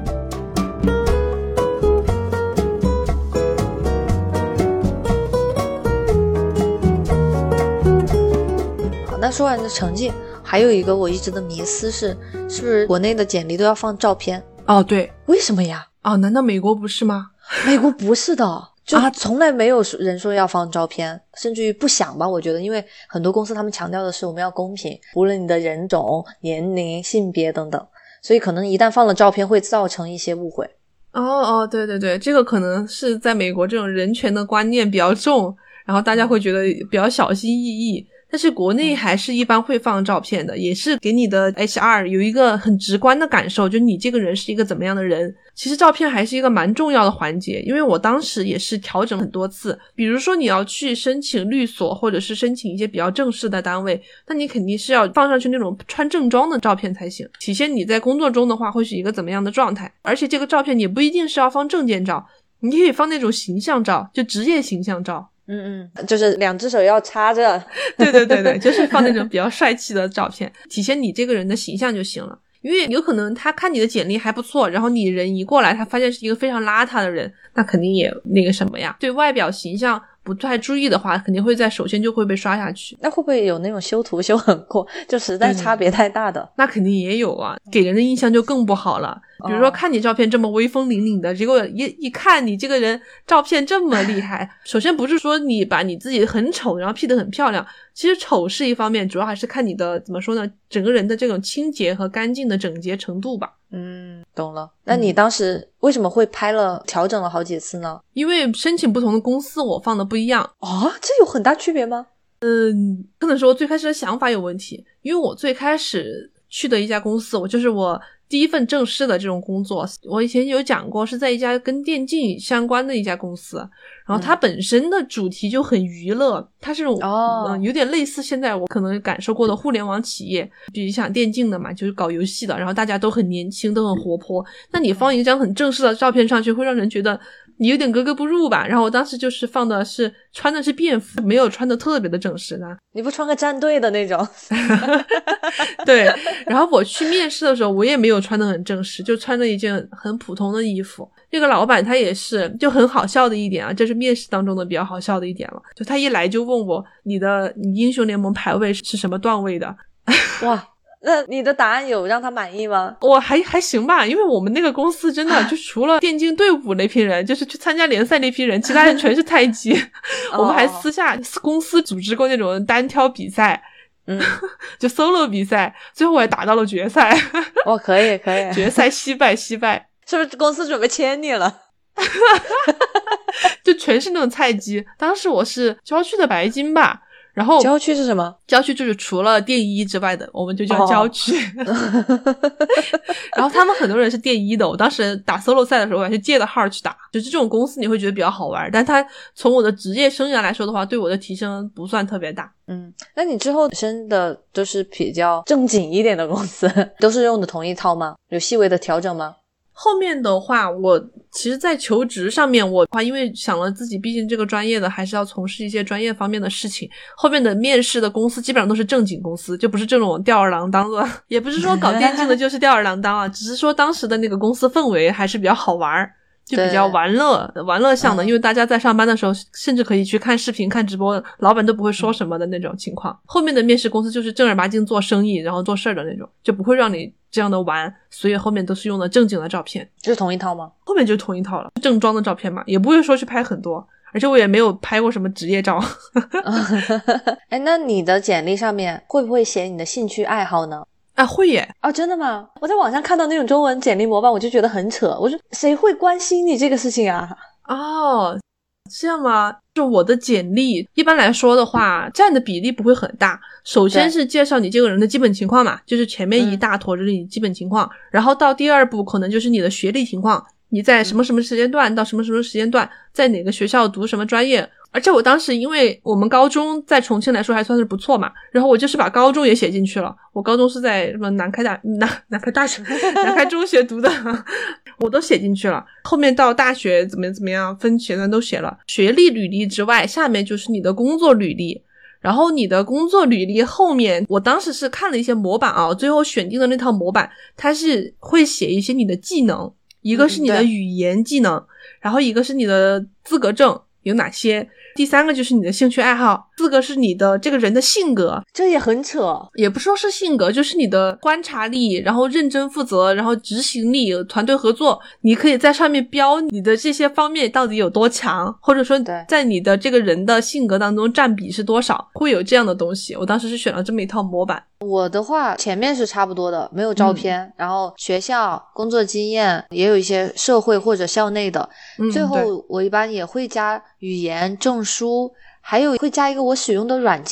那说完的成绩，还有一个我一直的迷思是不是国内的简历都要放照片？ 对， 为什么呀？ 难道美国不是吗？ 美国不是的，就从来没有人说要放照片，甚至于不想吧。我觉得因为很多公司他们强调的是我们要公平，无论你的人种、年龄、性别等等，所以可能一旦放了照片会造成一些误会。 对，这个可能是在美国这种人权的观念比较重，然后大家会觉得比较小心翼翼。但但是国内还是一般会放照片的，也是给你的 HR 有一个很直观的感受，就你这个人是一个怎么样的人。其实照片还是一个蛮重要的环节，因为我当时也是调整很多次，比如说你要去申请律所或者是申请一些比较正式的单位，那你肯定是要放上去那种穿正装的照片才行，体现你在工作中的话会是一个怎么样的状态。而且这个照片也不一定是要放证件照，你可以放那种形象照，就职业形象照。 就是两只手要插着。 对，就是放那种比较帅气的照片，体现你这个人的形象就行了。因为有可能他看你的简历还不错，然后你人一过来他发现是一个非常邋遢的人，那肯定也那个什么呀，对外表形象不太注意的话，肯定会首先就会被刷下去。 那会不会有那种修图修很过，就实在差别太大的？ 那肯定也有啊，给人的印象就更不好了。比如说看你照片这么威风凛凛的，结果一看你这个人照片这么厉害，首先不是说你把你自己很丑然后 P 得很漂亮，其实丑是一方面，主要还是看你的怎么说呢，整个人的这种清洁和干净的整洁程度吧。 懂了。那你当时为什么会调整了好几次呢？ 因为申请不同的公司我放的不一样。 这有很大区别吗？ 可能说最开始的想法有问题，因为我最开始去的一家公司，就是我第一份正式的这种工作，我以前有讲过是在一家跟电竞相关的一家公司，然后它本身的主题就很娱乐，它是有点类似现在我可能感受过的互联网企业，比如像电竞的嘛，就是搞游戏的，然后大家都很年轻都很活泼，那你放一张很正式的照片上去会让人觉得你有点格格不入吧。然后我当时就是放的是穿的是便服，没有穿的特别的正式的。 你不穿个战队的那种？ 对，然后我去面试的时候我也没有穿的很正式，就穿了一件很普通的衣服。这个老板他也是就很好笑的一点啊，这是面试当中的比较好笑的一点了，就他一来就问我你英雄联盟排位是什么段位的。 哇，那你的答案有让他满意吗？ 我还行吧，因为我们那个公司真的就除了电竞队伍那批人，就是去参加联赛那批人，其他人全是菜鸡。我们还私下公司组织过那种单挑比赛，就 solo 比赛，最后我还打到了决赛。 可以决赛惜败， 是不是公司准备签你了？ 就全是那种菜鸡。当时我是郊区的白金吧，然后郊区是什么？郊区就是除了电一之外的我们就叫郊区。然后他们很多人是电一的，我当时打 solo 赛的时候我还是借的号去打，就是这种公司你会觉得比较好玩，但它从我的职业生涯来说的话，对我的提升不算特别大。 那你之后升的都是比较正经一点的公司，都是用的同一套吗？有细微的调整吗？ 后面的话我其实在求职上面因为想了自己毕竟这个专业的还是要从事一些专业方面的事情，后面的面试的公司基本上都是正经公司，就不是这种吊儿郎当的。也不是说搞电竞的就是吊儿郎当啊，只是说当时的那个公司氛围还是比较好玩，就比较玩乐向的，因为大家在上班的时候甚至可以去看视频看直播，老板都不会说什么的那种情况。后面的面试公司就是正儿八经做生意然后做事的那种，就不会让你这样的玩，所以后面都是用的正经的照片。 就是同一套吗？ 后面就是同一套了，正装的照片嘛，也不会说去拍很多，而且我也没有拍过什么职业照。 那你的简历上面会不会写你的兴趣爱好呢？ 会耶。 真的吗？我在网上看到那种中文简历模板我就觉得很扯，我说谁会关心你这个事情啊？ 这样吗？就我的简历一般来说的话占的比例不会很大，首先是介绍你这个人的基本情况嘛，就是前面一大坨就是你基本情况，然后到第二步可能就是你的学历情况，你在什么什么时间段到什么什么时间段在哪个学校读什么专业。而且我当时因为我们高中在重庆来说还算是不错嘛，然后我就是把高中也写进去了，我高中是在什么南开中学读的，我都写进去了。后面到大学怎么样分学段都写了。学历履历之外，下面就是你的工作履历，然后你的工作履历后面我当时是看了一些模板最后选定的那套模板它是会写一些你的技能，一个是你的语言技能，然后一个是你的资格证有哪些，第三个就是你的兴趣爱好，四个是你的这个人的性格。 这也很扯。 也不说是性格，就是你的观察力，然后认真负责，然后执行力，团队合作，你可以在上面标你的这些方面到底有多强，或者说在你的这个人的性格当中占比是多少，会有这样的东西。我当时是选了这么一套模板。 我的话前面是差不多的，没有照片，然后学校工作经验也有一些社会或者校内的，最后我一般也会加语言证书，还有会加一个我使用的软件，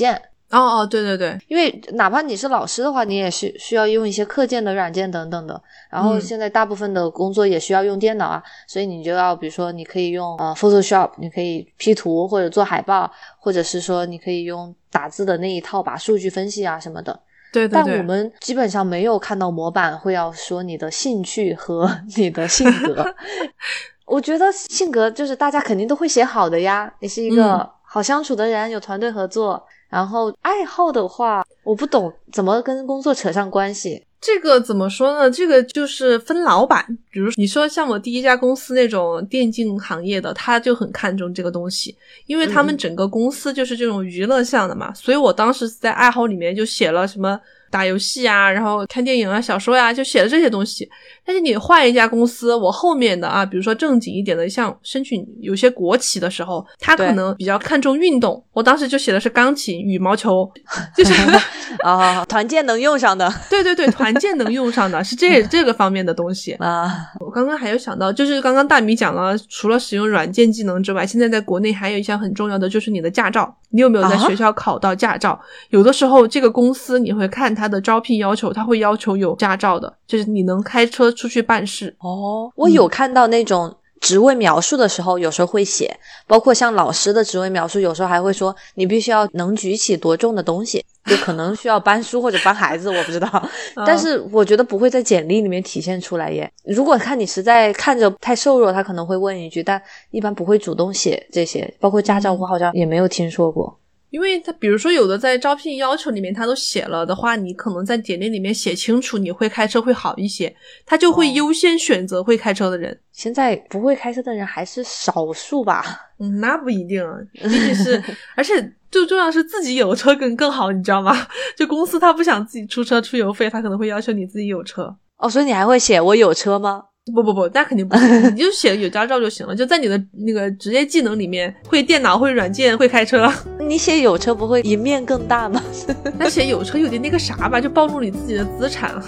对对对， 因为哪怕你是老师的话，你也是需要用一些课件的软件等等的，然后现在大部分的工作也需要用电脑啊，所以你就要比如说你可以用Photoshop， 你可以 P 图或者做海报，或者是说你可以用打字的那一套把数据分析啊什么的。 对对对， 但我们基本上没有看到模板会要说你的兴趣和你的性格我觉得性格就是大家肯定都会写好的呀，你是一个好相处的人，有团队合作，然后爱好的话我不懂怎么跟工作扯上关系。 这个怎么说呢，这个就是分老板，比如你说像我第一家公司那种电竞行业的，他就很看重这个东西，因为他们整个公司就是这种娱乐向的嘛，所以我当时在爱好里面就写了什么打游戏啊，然后看电影啊，小说呀，就写了这些东西。但是你换一家公司，我后面的啊，比如说正经一点的，像申请有些国企的时候，他可能比较看重运动，我当时就写的是钢琴、羽毛球，就是团建能用上的。 对对对，团建能用上的是这个方面的东西啊。 我刚刚还有想到，就是刚刚大米讲了，除了使用软件技能之外，现在在国内还有一项很重要的就是你的驾照，你有没有在学校考到驾照？有的时候这个公司你会看他的招聘要求，他会要求有驾照的，就是你能开车出去办事。 我有看到那种职位描述的时候有时候会写，包括像老师的职位描述有时候还会说你必须要能举起多重的东西，就可能需要搬书或者搬孩子我不知道但是我觉得不会在简历里面体现出来耶。如果看你实在看着太瘦弱，他可能会问一句，但一般不会主动写这些，包括驾照我好像也没有听说过。 因为他比如说有的在招聘要求里面他都写了的话，你可能在简历里面写清楚你会开车会好一些，他就会优先选择会开车的人。 现在不会开车的人还是少数吧？ 那不一定啊，毕竟是而且最重要是自己有车更好，你知道吗？就公司他不想自己出车出油费，他可能会要求你自己有车。 所以你还会写我有车吗？ 不，那肯定不是，你就写有驾照就行了，就在你的那个职业技能里面，会电脑、会软件、会开车。 你写有车不会赢面更大吗？ 那写有车有点那个啥吧，就暴露你自己的资产了。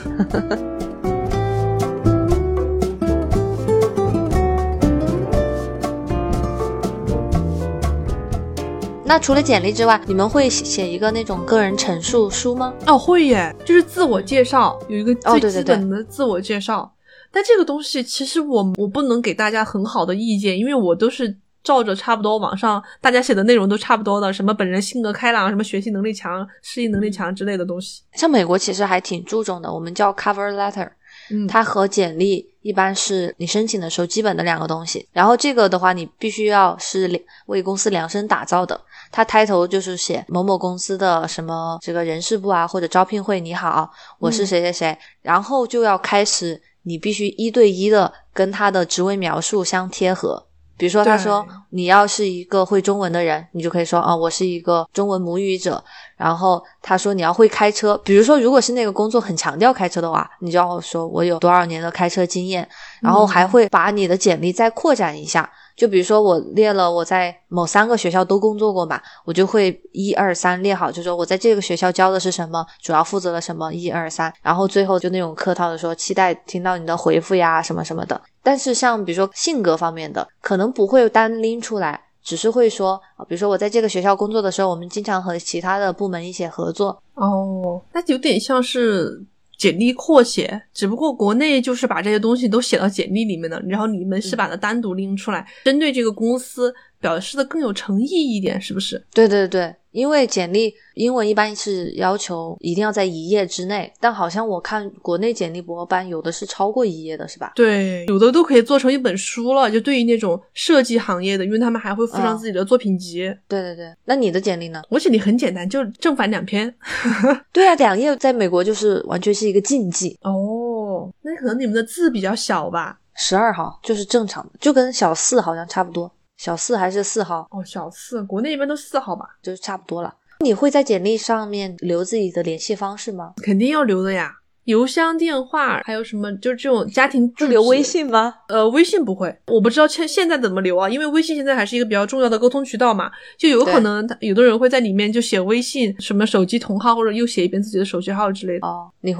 那除了简历之外，你们会写一个那种个人陈述书吗？ 会耶，就是自我介绍，有一个最基本的自我介绍。但这个东西其实我不能给大家很好的意见，因为我都是照着差不多网上大家写的内容都差不多的，什么本人性格开朗，什么学习能力强、适应能力强之类的东西。 像美国其实还挺注重的，我们叫 cover letter，它和简历一般是你申请的时候基本的两个东西，然后这个的话你必须要是为公司量身打造的，它抬头就是写某某公司的什么这个人事部啊或者招聘会你好，我是谁谁谁，然后就要开始你必须1对1的跟他的职位描述相贴合。比如说他说你要是一个会中文的人，你就可以说我是一个中文母语者，然后他说你要会开车，比如说如果是那个工作很强调开车的话，你就要说我有多少年的开车经验，然后还会把你的简历再扩展一下，就比如说我列了我在某3个学校都工作过嘛，我就会1、2、3列好，就说我在这个学校教的是什么，主要负责了什么1、2、3，然后最后就那种客套的说期待听到你的回复呀什么什么的。但是像比如说性格方面的可能不会单拎出来，只是会说比如说我在这个学校工作的时候，我们经常和其他的部门一起合作。 那有点像是简历扩写，只不过国内就是把这些东西都写到简历里面的，然后你们是把它单独拎出来，针对这个公司表示的更有诚意一点，是不是？ 对对对，因为简历英文一般是要求一定要在1页之内，但好像我看国内简历博班有的是超过1页的，是吧？ 对，有的都可以做成一本书了，就对于那种设计行业的，因为他们还会附上自己的作品集。 对对对，那你的简历呢？ 我简历很简单，就正反2篇。 对啊，2页在美国就是完全是一个禁忌。 那可能你们的字比较小吧 ？12号就是正常的，就跟小4好像差不多，小4还是4号？ 小4，国内一般都4号吧， 就是差不多了。你会在简历上面留自己的联系方式吗？ 肯定要留的呀，邮箱、电话，还有什么就是这种家庭住址。 留微信吗？ 微信不会，我不知道现在怎么留啊，因为微信现在还是一个比较重要的沟通渠道嘛，就有可能有的人会在里面就写微信什么手机同号，或者又写一遍自己的手机号之类的。 你会吗？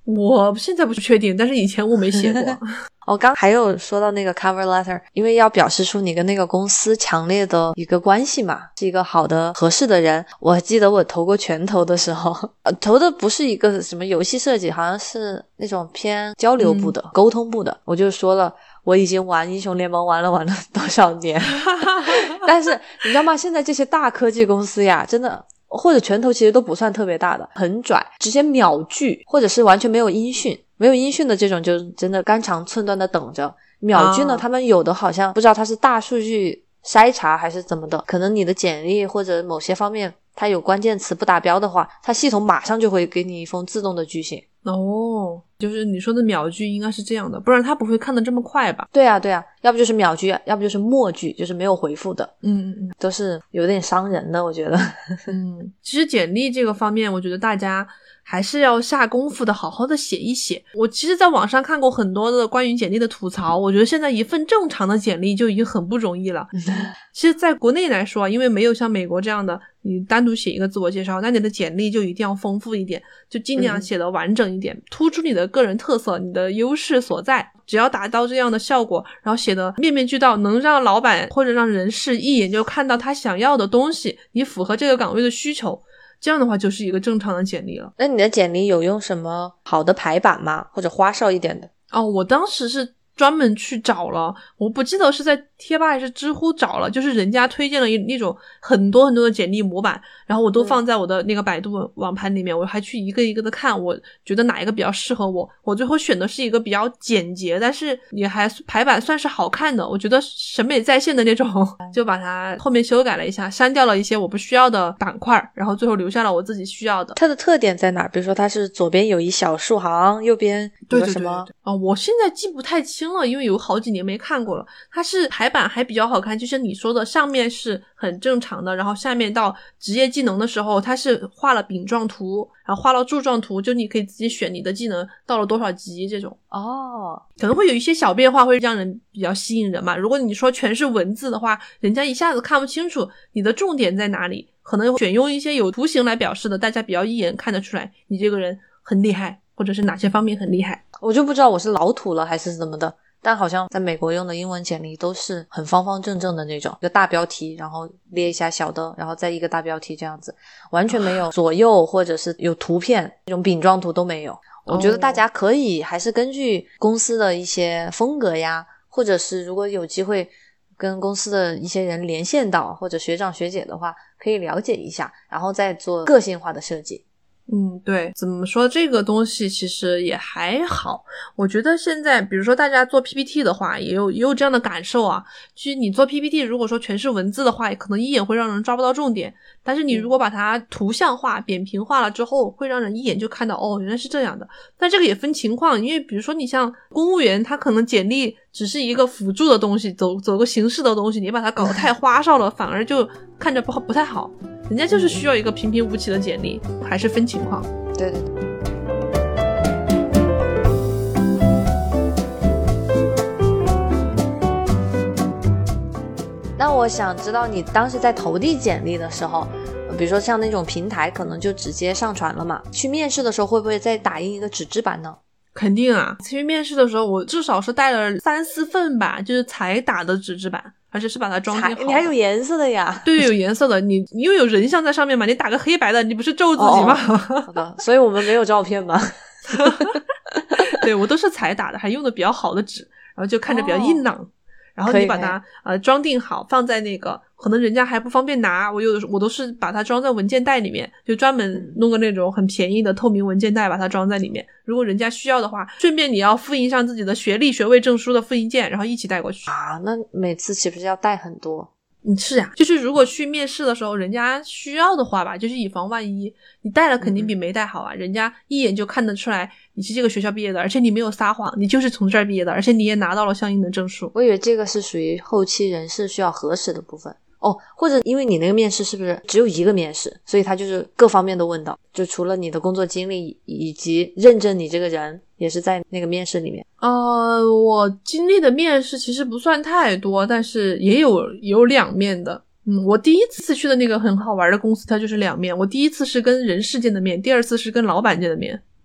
我现在不确定，但是以前我没写过。 我刚还有说到那个 cover letter， 因为要表示出你跟那个公司强烈的一个关系嘛，是一个好的合适的人。我记得我投过拳头的时候，投的不是一个什么游戏设计，好像是那种偏交流部的、沟通部的。我就说了我已经玩英雄联盟玩了多少年但是你知道吗，现在这些大科技公司呀，真的或者拳头其实都不算特别大的，很拽，直接秒拒，或者是完全没有音讯的这种，就真的肝肠寸断的等着。秒拒呢，他们有的好像不知道它是大数据筛查还是怎么的，可能你的简历或者某些方面它有关键词不达标的话，它系统马上就会给你一封自动的拒信。 哦，就是你说的秒拒应该是这样的，不然他不会看得这么快吧？ 对啊，要不就是秒拒，要不就是默拒，就是没有回复的。都是有点伤人的，我觉得。 其实简历这个方面，我觉得大家还是要下功夫的，好好的写一写。我其实在网上看过很多的关于简历的吐槽，我觉得现在一份正常的简历就已经很不容易了。其实在国内来说，因为没有像美国这样的你单独写一个自我介绍，那你的简历就一定要丰富一点，就尽量写得完整一点，突出你的个人特色，你的优势所在。只要达到这样的效果，然后写得面面俱到，能让老板或者让人事一眼就看到他想要的东西，你符合这个岗位的需求，这样的话就是一个正常的简历了。 那你的简历有用什么好的排版吗？或者花哨一点的？ 我当时是专门去找了，我不记得是在贴吧还是知乎找了，就是人家推荐了一种很多很多的简历模板，然后我都放在我的那个百度网盘里面，我还去一个一个的看，我觉得哪一个比较适合我，我最后选的是一个比较简洁，但是也还排版算是好看的，我觉得审美在线的那种，就把它后面修改了一下，删掉了一些我不需要的板块，然后最后留下了我自己需要的。 它的特点在哪？比如说它是左边有一小竖行，右边有个什么？ 我现在记不太清了，因为有好几年没看过了。它是排版还比较好看，就像你说的，上面是很正常的，然后下面到职业技能的时候，它是画了饼状图，然后画了柱状图，就你可以自己选你的技能到了多少级这种。可能会有一些小变化会让人比较吸引人嘛。如果你说全是文字的话，人家一下子看不清楚你的重点在哪里，可能选用一些有图形来表示的，大家比较一眼看得出来你这个人很厉害，或者是哪些方面很厉害。 我就不知道我是老土了还是怎么的，但好像在美国用的英文简历都是很方方正正的那种，一个大标题然后列一下小的，然后再一个大标题，这样子完全没有左右或者是有图片那种饼状图都没有。我觉得大家可以还是根据公司的一些风格呀，或者是如果有机会跟公司的一些人连线到，或者学长学姐的话可以了解一下，然后再做个性化的设计。 对，怎么说，这个东西其实也还好。我觉得现在比如说大家做 PPT 的话也有这样的感受啊。其实你做 PPT 如果说全是文字的话，可能一眼会让人抓不到重点，但是你如果把它图像化扁平化了之后，会让人一眼就看到原来是这样的。但这个也分情况，因为比如说你像公务员，他可能简历只是一个辅助的东西，走个形式的东西，你把它搞得太花哨了反而就看着不太好。人家就是需要一个平平无奇的简历，还是分情况。 对。那我想知道你当时在投递简历的时候，比如说像那种平台可能就直接上传了嘛，去面试的时候会不会再打印一个纸质版呢？ 肯定啊，去面试的时候我至少是带了3-4份吧，就是彩打的纸质版，而且是把它装订好。 你还有颜色的呀？ 对，有颜色的。你因为有人像在上面嘛，你打个黑白的，你不是咒自己吗？ 好的，所以我们没有照片吗？ 对，我都是彩打的，还用的比较好的纸，然后就看着比较硬朗。然后你把它装订好，放在那个可能人家还不方便拿，我都是把它装在文件袋里面，就专门弄个那种很便宜的透明文件袋把它装在里面。如果人家需要的话，顺便你要复印上自己的学历学位证书的复印件，然后一起带过去啊。那每次岂不是要带很多？ 是呀，就是如果去面试的时候人家需要的话吧，就是以防万一，你带了肯定比没带好啊。人家一眼就看得出来你是这个学校毕业的，而且你没有撒谎，你就是从这儿毕业的，而且你也拿到了相应的证书。 我以为这个是属于后期人事需要核实的部分或者因为你那个面试是不是只有一个面试，所以他就是各方面都问到，就除了你的工作经历以及认证你这个人也是在那个面试里面。 我经历的面试其实不算太多，但是也有两面的。我第一次去的那个很好玩的公司它就是两面，我第一次是跟人事见的面，第二次是跟老板见的面。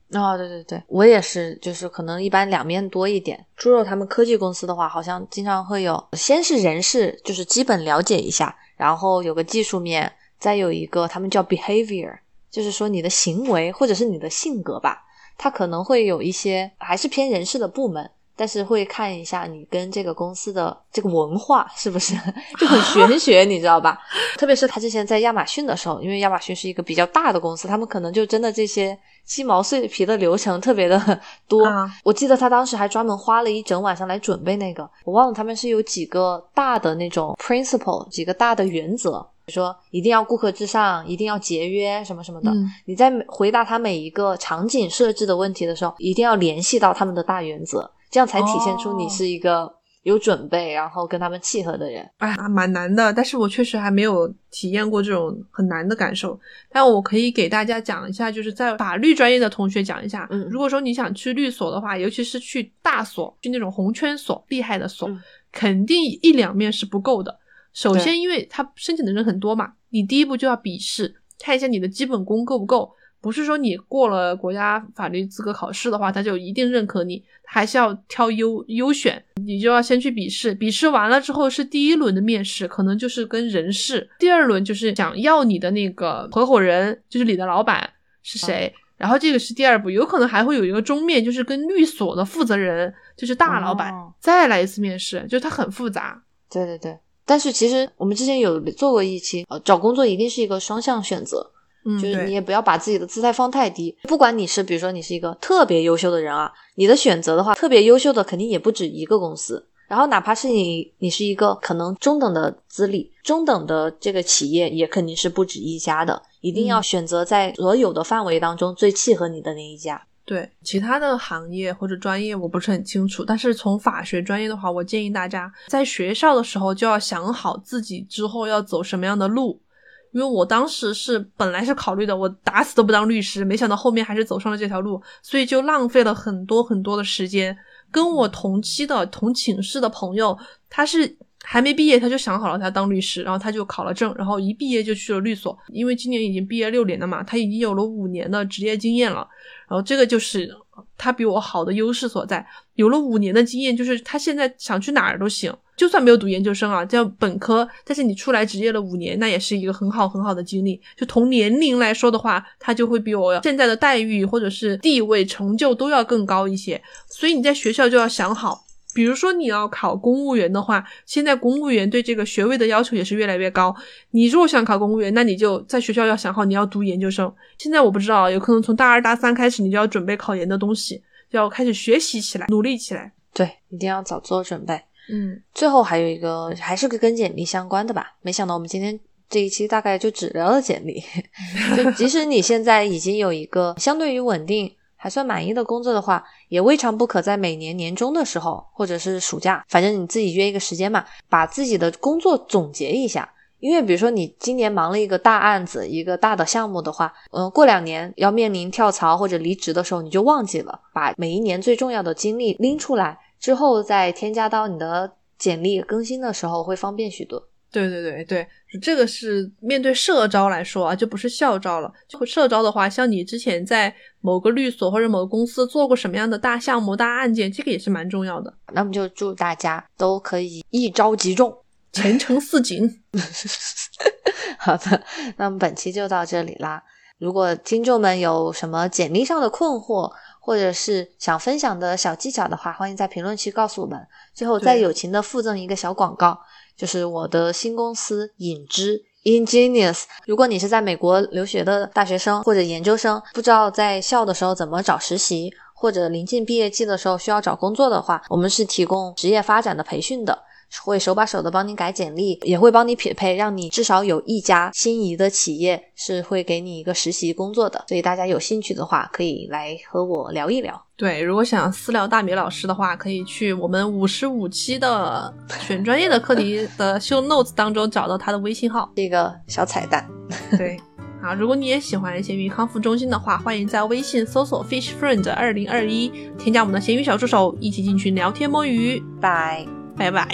对对对，我也是，就是可能一般两面多一点。猪肉他们科技公司的话，好像经常会有，先是人事，就是基本了解一下，然后有个技术面，再有一个他们叫 behavior， 就是说你的行为或者是你的性格吧，它可能会有一些还是偏人事的部门，但是会看一下你跟这个公司的这个文化是不是就很玄学你知道吧。特别是他之前在亚马逊的时候，因为亚马逊是一个比较大的公司，他们可能就真的这些鸡毛碎皮的流程特别的多我记得他当时还专门花了一整晚上来准备那个，我忘了他们是有几个大的那种 principle， 几个大的原则，比如说一定要顾客至上，一定要节约什么什么的你在回答他每一个场景设置的问题的时候，一定要联系到他们的大原则，这样才体现出你是一个有准备然后跟他们契合的人。 蛮难的，但是我确实还没有体验过这种很难的感受。但我可以给大家讲一下，就是在法律专业的同学讲一下如果说你想去律所的话，尤其是去大所，去那种红圈所厉害的所肯定一两面是不够的。首先因为他申请的人很多嘛，你第一步就要笔试，看一下你的基本功够不够，不是说你过了国家法律资格考试的话他就一定认可你，还是要挑优选，你就要先去笔试，笔试完了之后是第一轮的面试，可能就是跟人事，第二轮就是想要你的那个合伙人，就是你的老板是谁然后这个是第二步，有可能还会有一个终面，就是跟律所的负责人，就是大老板再来一次面试，就是它很复杂。 对对对，但是其实我们之前有做过一期找工作一定是一个双向选择就是你也不要把自己的姿态放太低，不管你是比如说你是一个特别优秀的人啊，你的选择的话特别优秀的肯定也不止一个公司，然后哪怕是你是一个可能中等的资历，中等的这个企业也肯定是不止一家的，一定要选择在所有的范围当中最契合你的那一家。 对，其他的行业或者专业我不是很清楚，但是从法学专业的话，我建议大家在学校的时候就要想好自己之后要走什么样的路。因为我当时本来是考虑的我打死都不当律师，没想到后面还是走上了这条路，所以就浪费了很多很多的时间。跟我同期的同寝室的朋友，他是还没毕业他就想好了他当律师，然后他就考了证，然后一毕业就去了律所，因为今年已经毕业6年了嘛，他已经有了5年的职业经验了，然后这个就是他比我好的优势所在，有了5年的经验，就是他现在想去哪儿都行，就算没有读研究生啊，叫本科，但是你出来职业了5年，那也是一个很好很好的经历，就同年龄来说的话，他就会比我现在的待遇或者是地位成就都要更高一些，所以你在学校就要想好，比如说你要考公务员的话，现在公务员对这个学位的要求也是越来越高，你如果想考公务员，那你就在学校要想好你要读研究生，现在我不知道，有可能从大2大3开始你就要准备考研的东西，就要开始学习起来，努力起来。 对，一定要早做准备。最后还有一个还是跟简历相关的吧，没想到我们今天这一期大概就只聊了简历就即使你现在已经有一个相对于稳定还算满意的工作的话，也未尝不可在每年年终的时候或者是暑假，反正你自己约一个时间嘛，把自己的工作总结一下。因为比如说你今年忙了一个大案子，一个大的项目的话过2年要面临跳槽或者离职的时候，你就忘记了把每一年最重要的经历拎出来，之后再添加到你的简历更新的时候会方便许多。 对对对对，这个是面对社招来说啊，就不是校招了。就社招的话，像你之前在某个律所或者某个公司做过什么样的大项目大案件，这个也是蛮重要的。 那么就祝大家都可以一招即中， 前程似锦好的，那么本期就到这里啦。如果听众们有什么简历上的困惑，或者是想分享的小技巧的话，欢迎在评论区告诉我们。最后再友情的附赠一个小广告，就是我的新公司引之 Ingenious。 如果你是在美国留学的大学生或者研究生，不知道在校的时候怎么找实习，或者临近毕业季的时候需要找工作的话，我们是提供职业发展的培训的，会手把手的帮你改简历，也会帮你匹配，让你至少有一家心仪的企业是会给你一个实习工作的。所以大家有兴趣的话可以来和我聊一聊。 对，如果想私聊大米老师的话，可以去我们55期的选专业的课题的 show notes 当中找到他的微信号， 这个小彩蛋对，好，如果你也喜欢闲鱼康复中心的话，欢迎在微信搜索 Fish Friend 2021，添加我们的闲鱼小助手，一起进群聊天摸鱼。拜拜。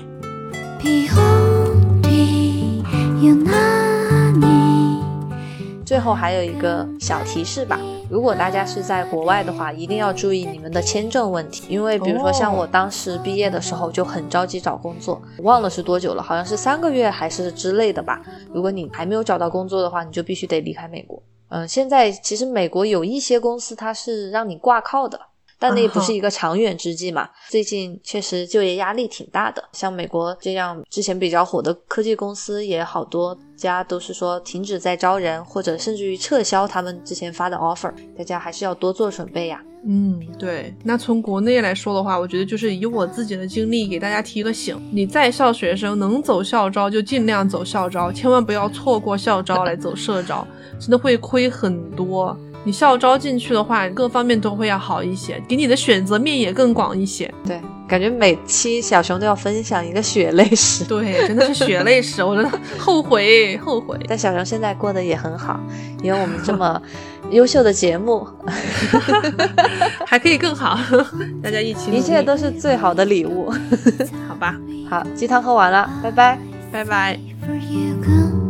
最后还有一个小提示吧，如果大家是在国外的话，一定要注意你们的签证问题，因为比如说像我当时毕业的时候就很着急找工作，忘了是多久了，好像是3个月还是之类的吧。如果你还没有找到工作的话，你就必须得离开美国。现在其实美国有一些公司它是让你挂靠的，但那也不是一个长远之计嘛。最近确实就业压力挺大的，像美国这样之前比较火的科技公司也好多家都是说停止在招人，或者甚至于撤销他们之前发的 offer， 大家还是要多做准备呀。 对，那从国内来说的话，我觉得就是以我自己的经历给大家提个醒，你在校学生能走校招就尽量走校招，千万不要错过校招来走社招，真的会亏很多。你校招进去的话，各方面都会要好一些，给你的选择面也更广一些。 对，感觉每期小熊都要分享一个血泪史。 对，真的是血泪史，我真的后悔。 但小熊现在过得也很好，有我们这么优秀的节目还可以更好，大家一起努力， 一切都是最好的礼物。 好吧， 好，鸡汤喝完了，拜拜。 拜拜。 Wherever you go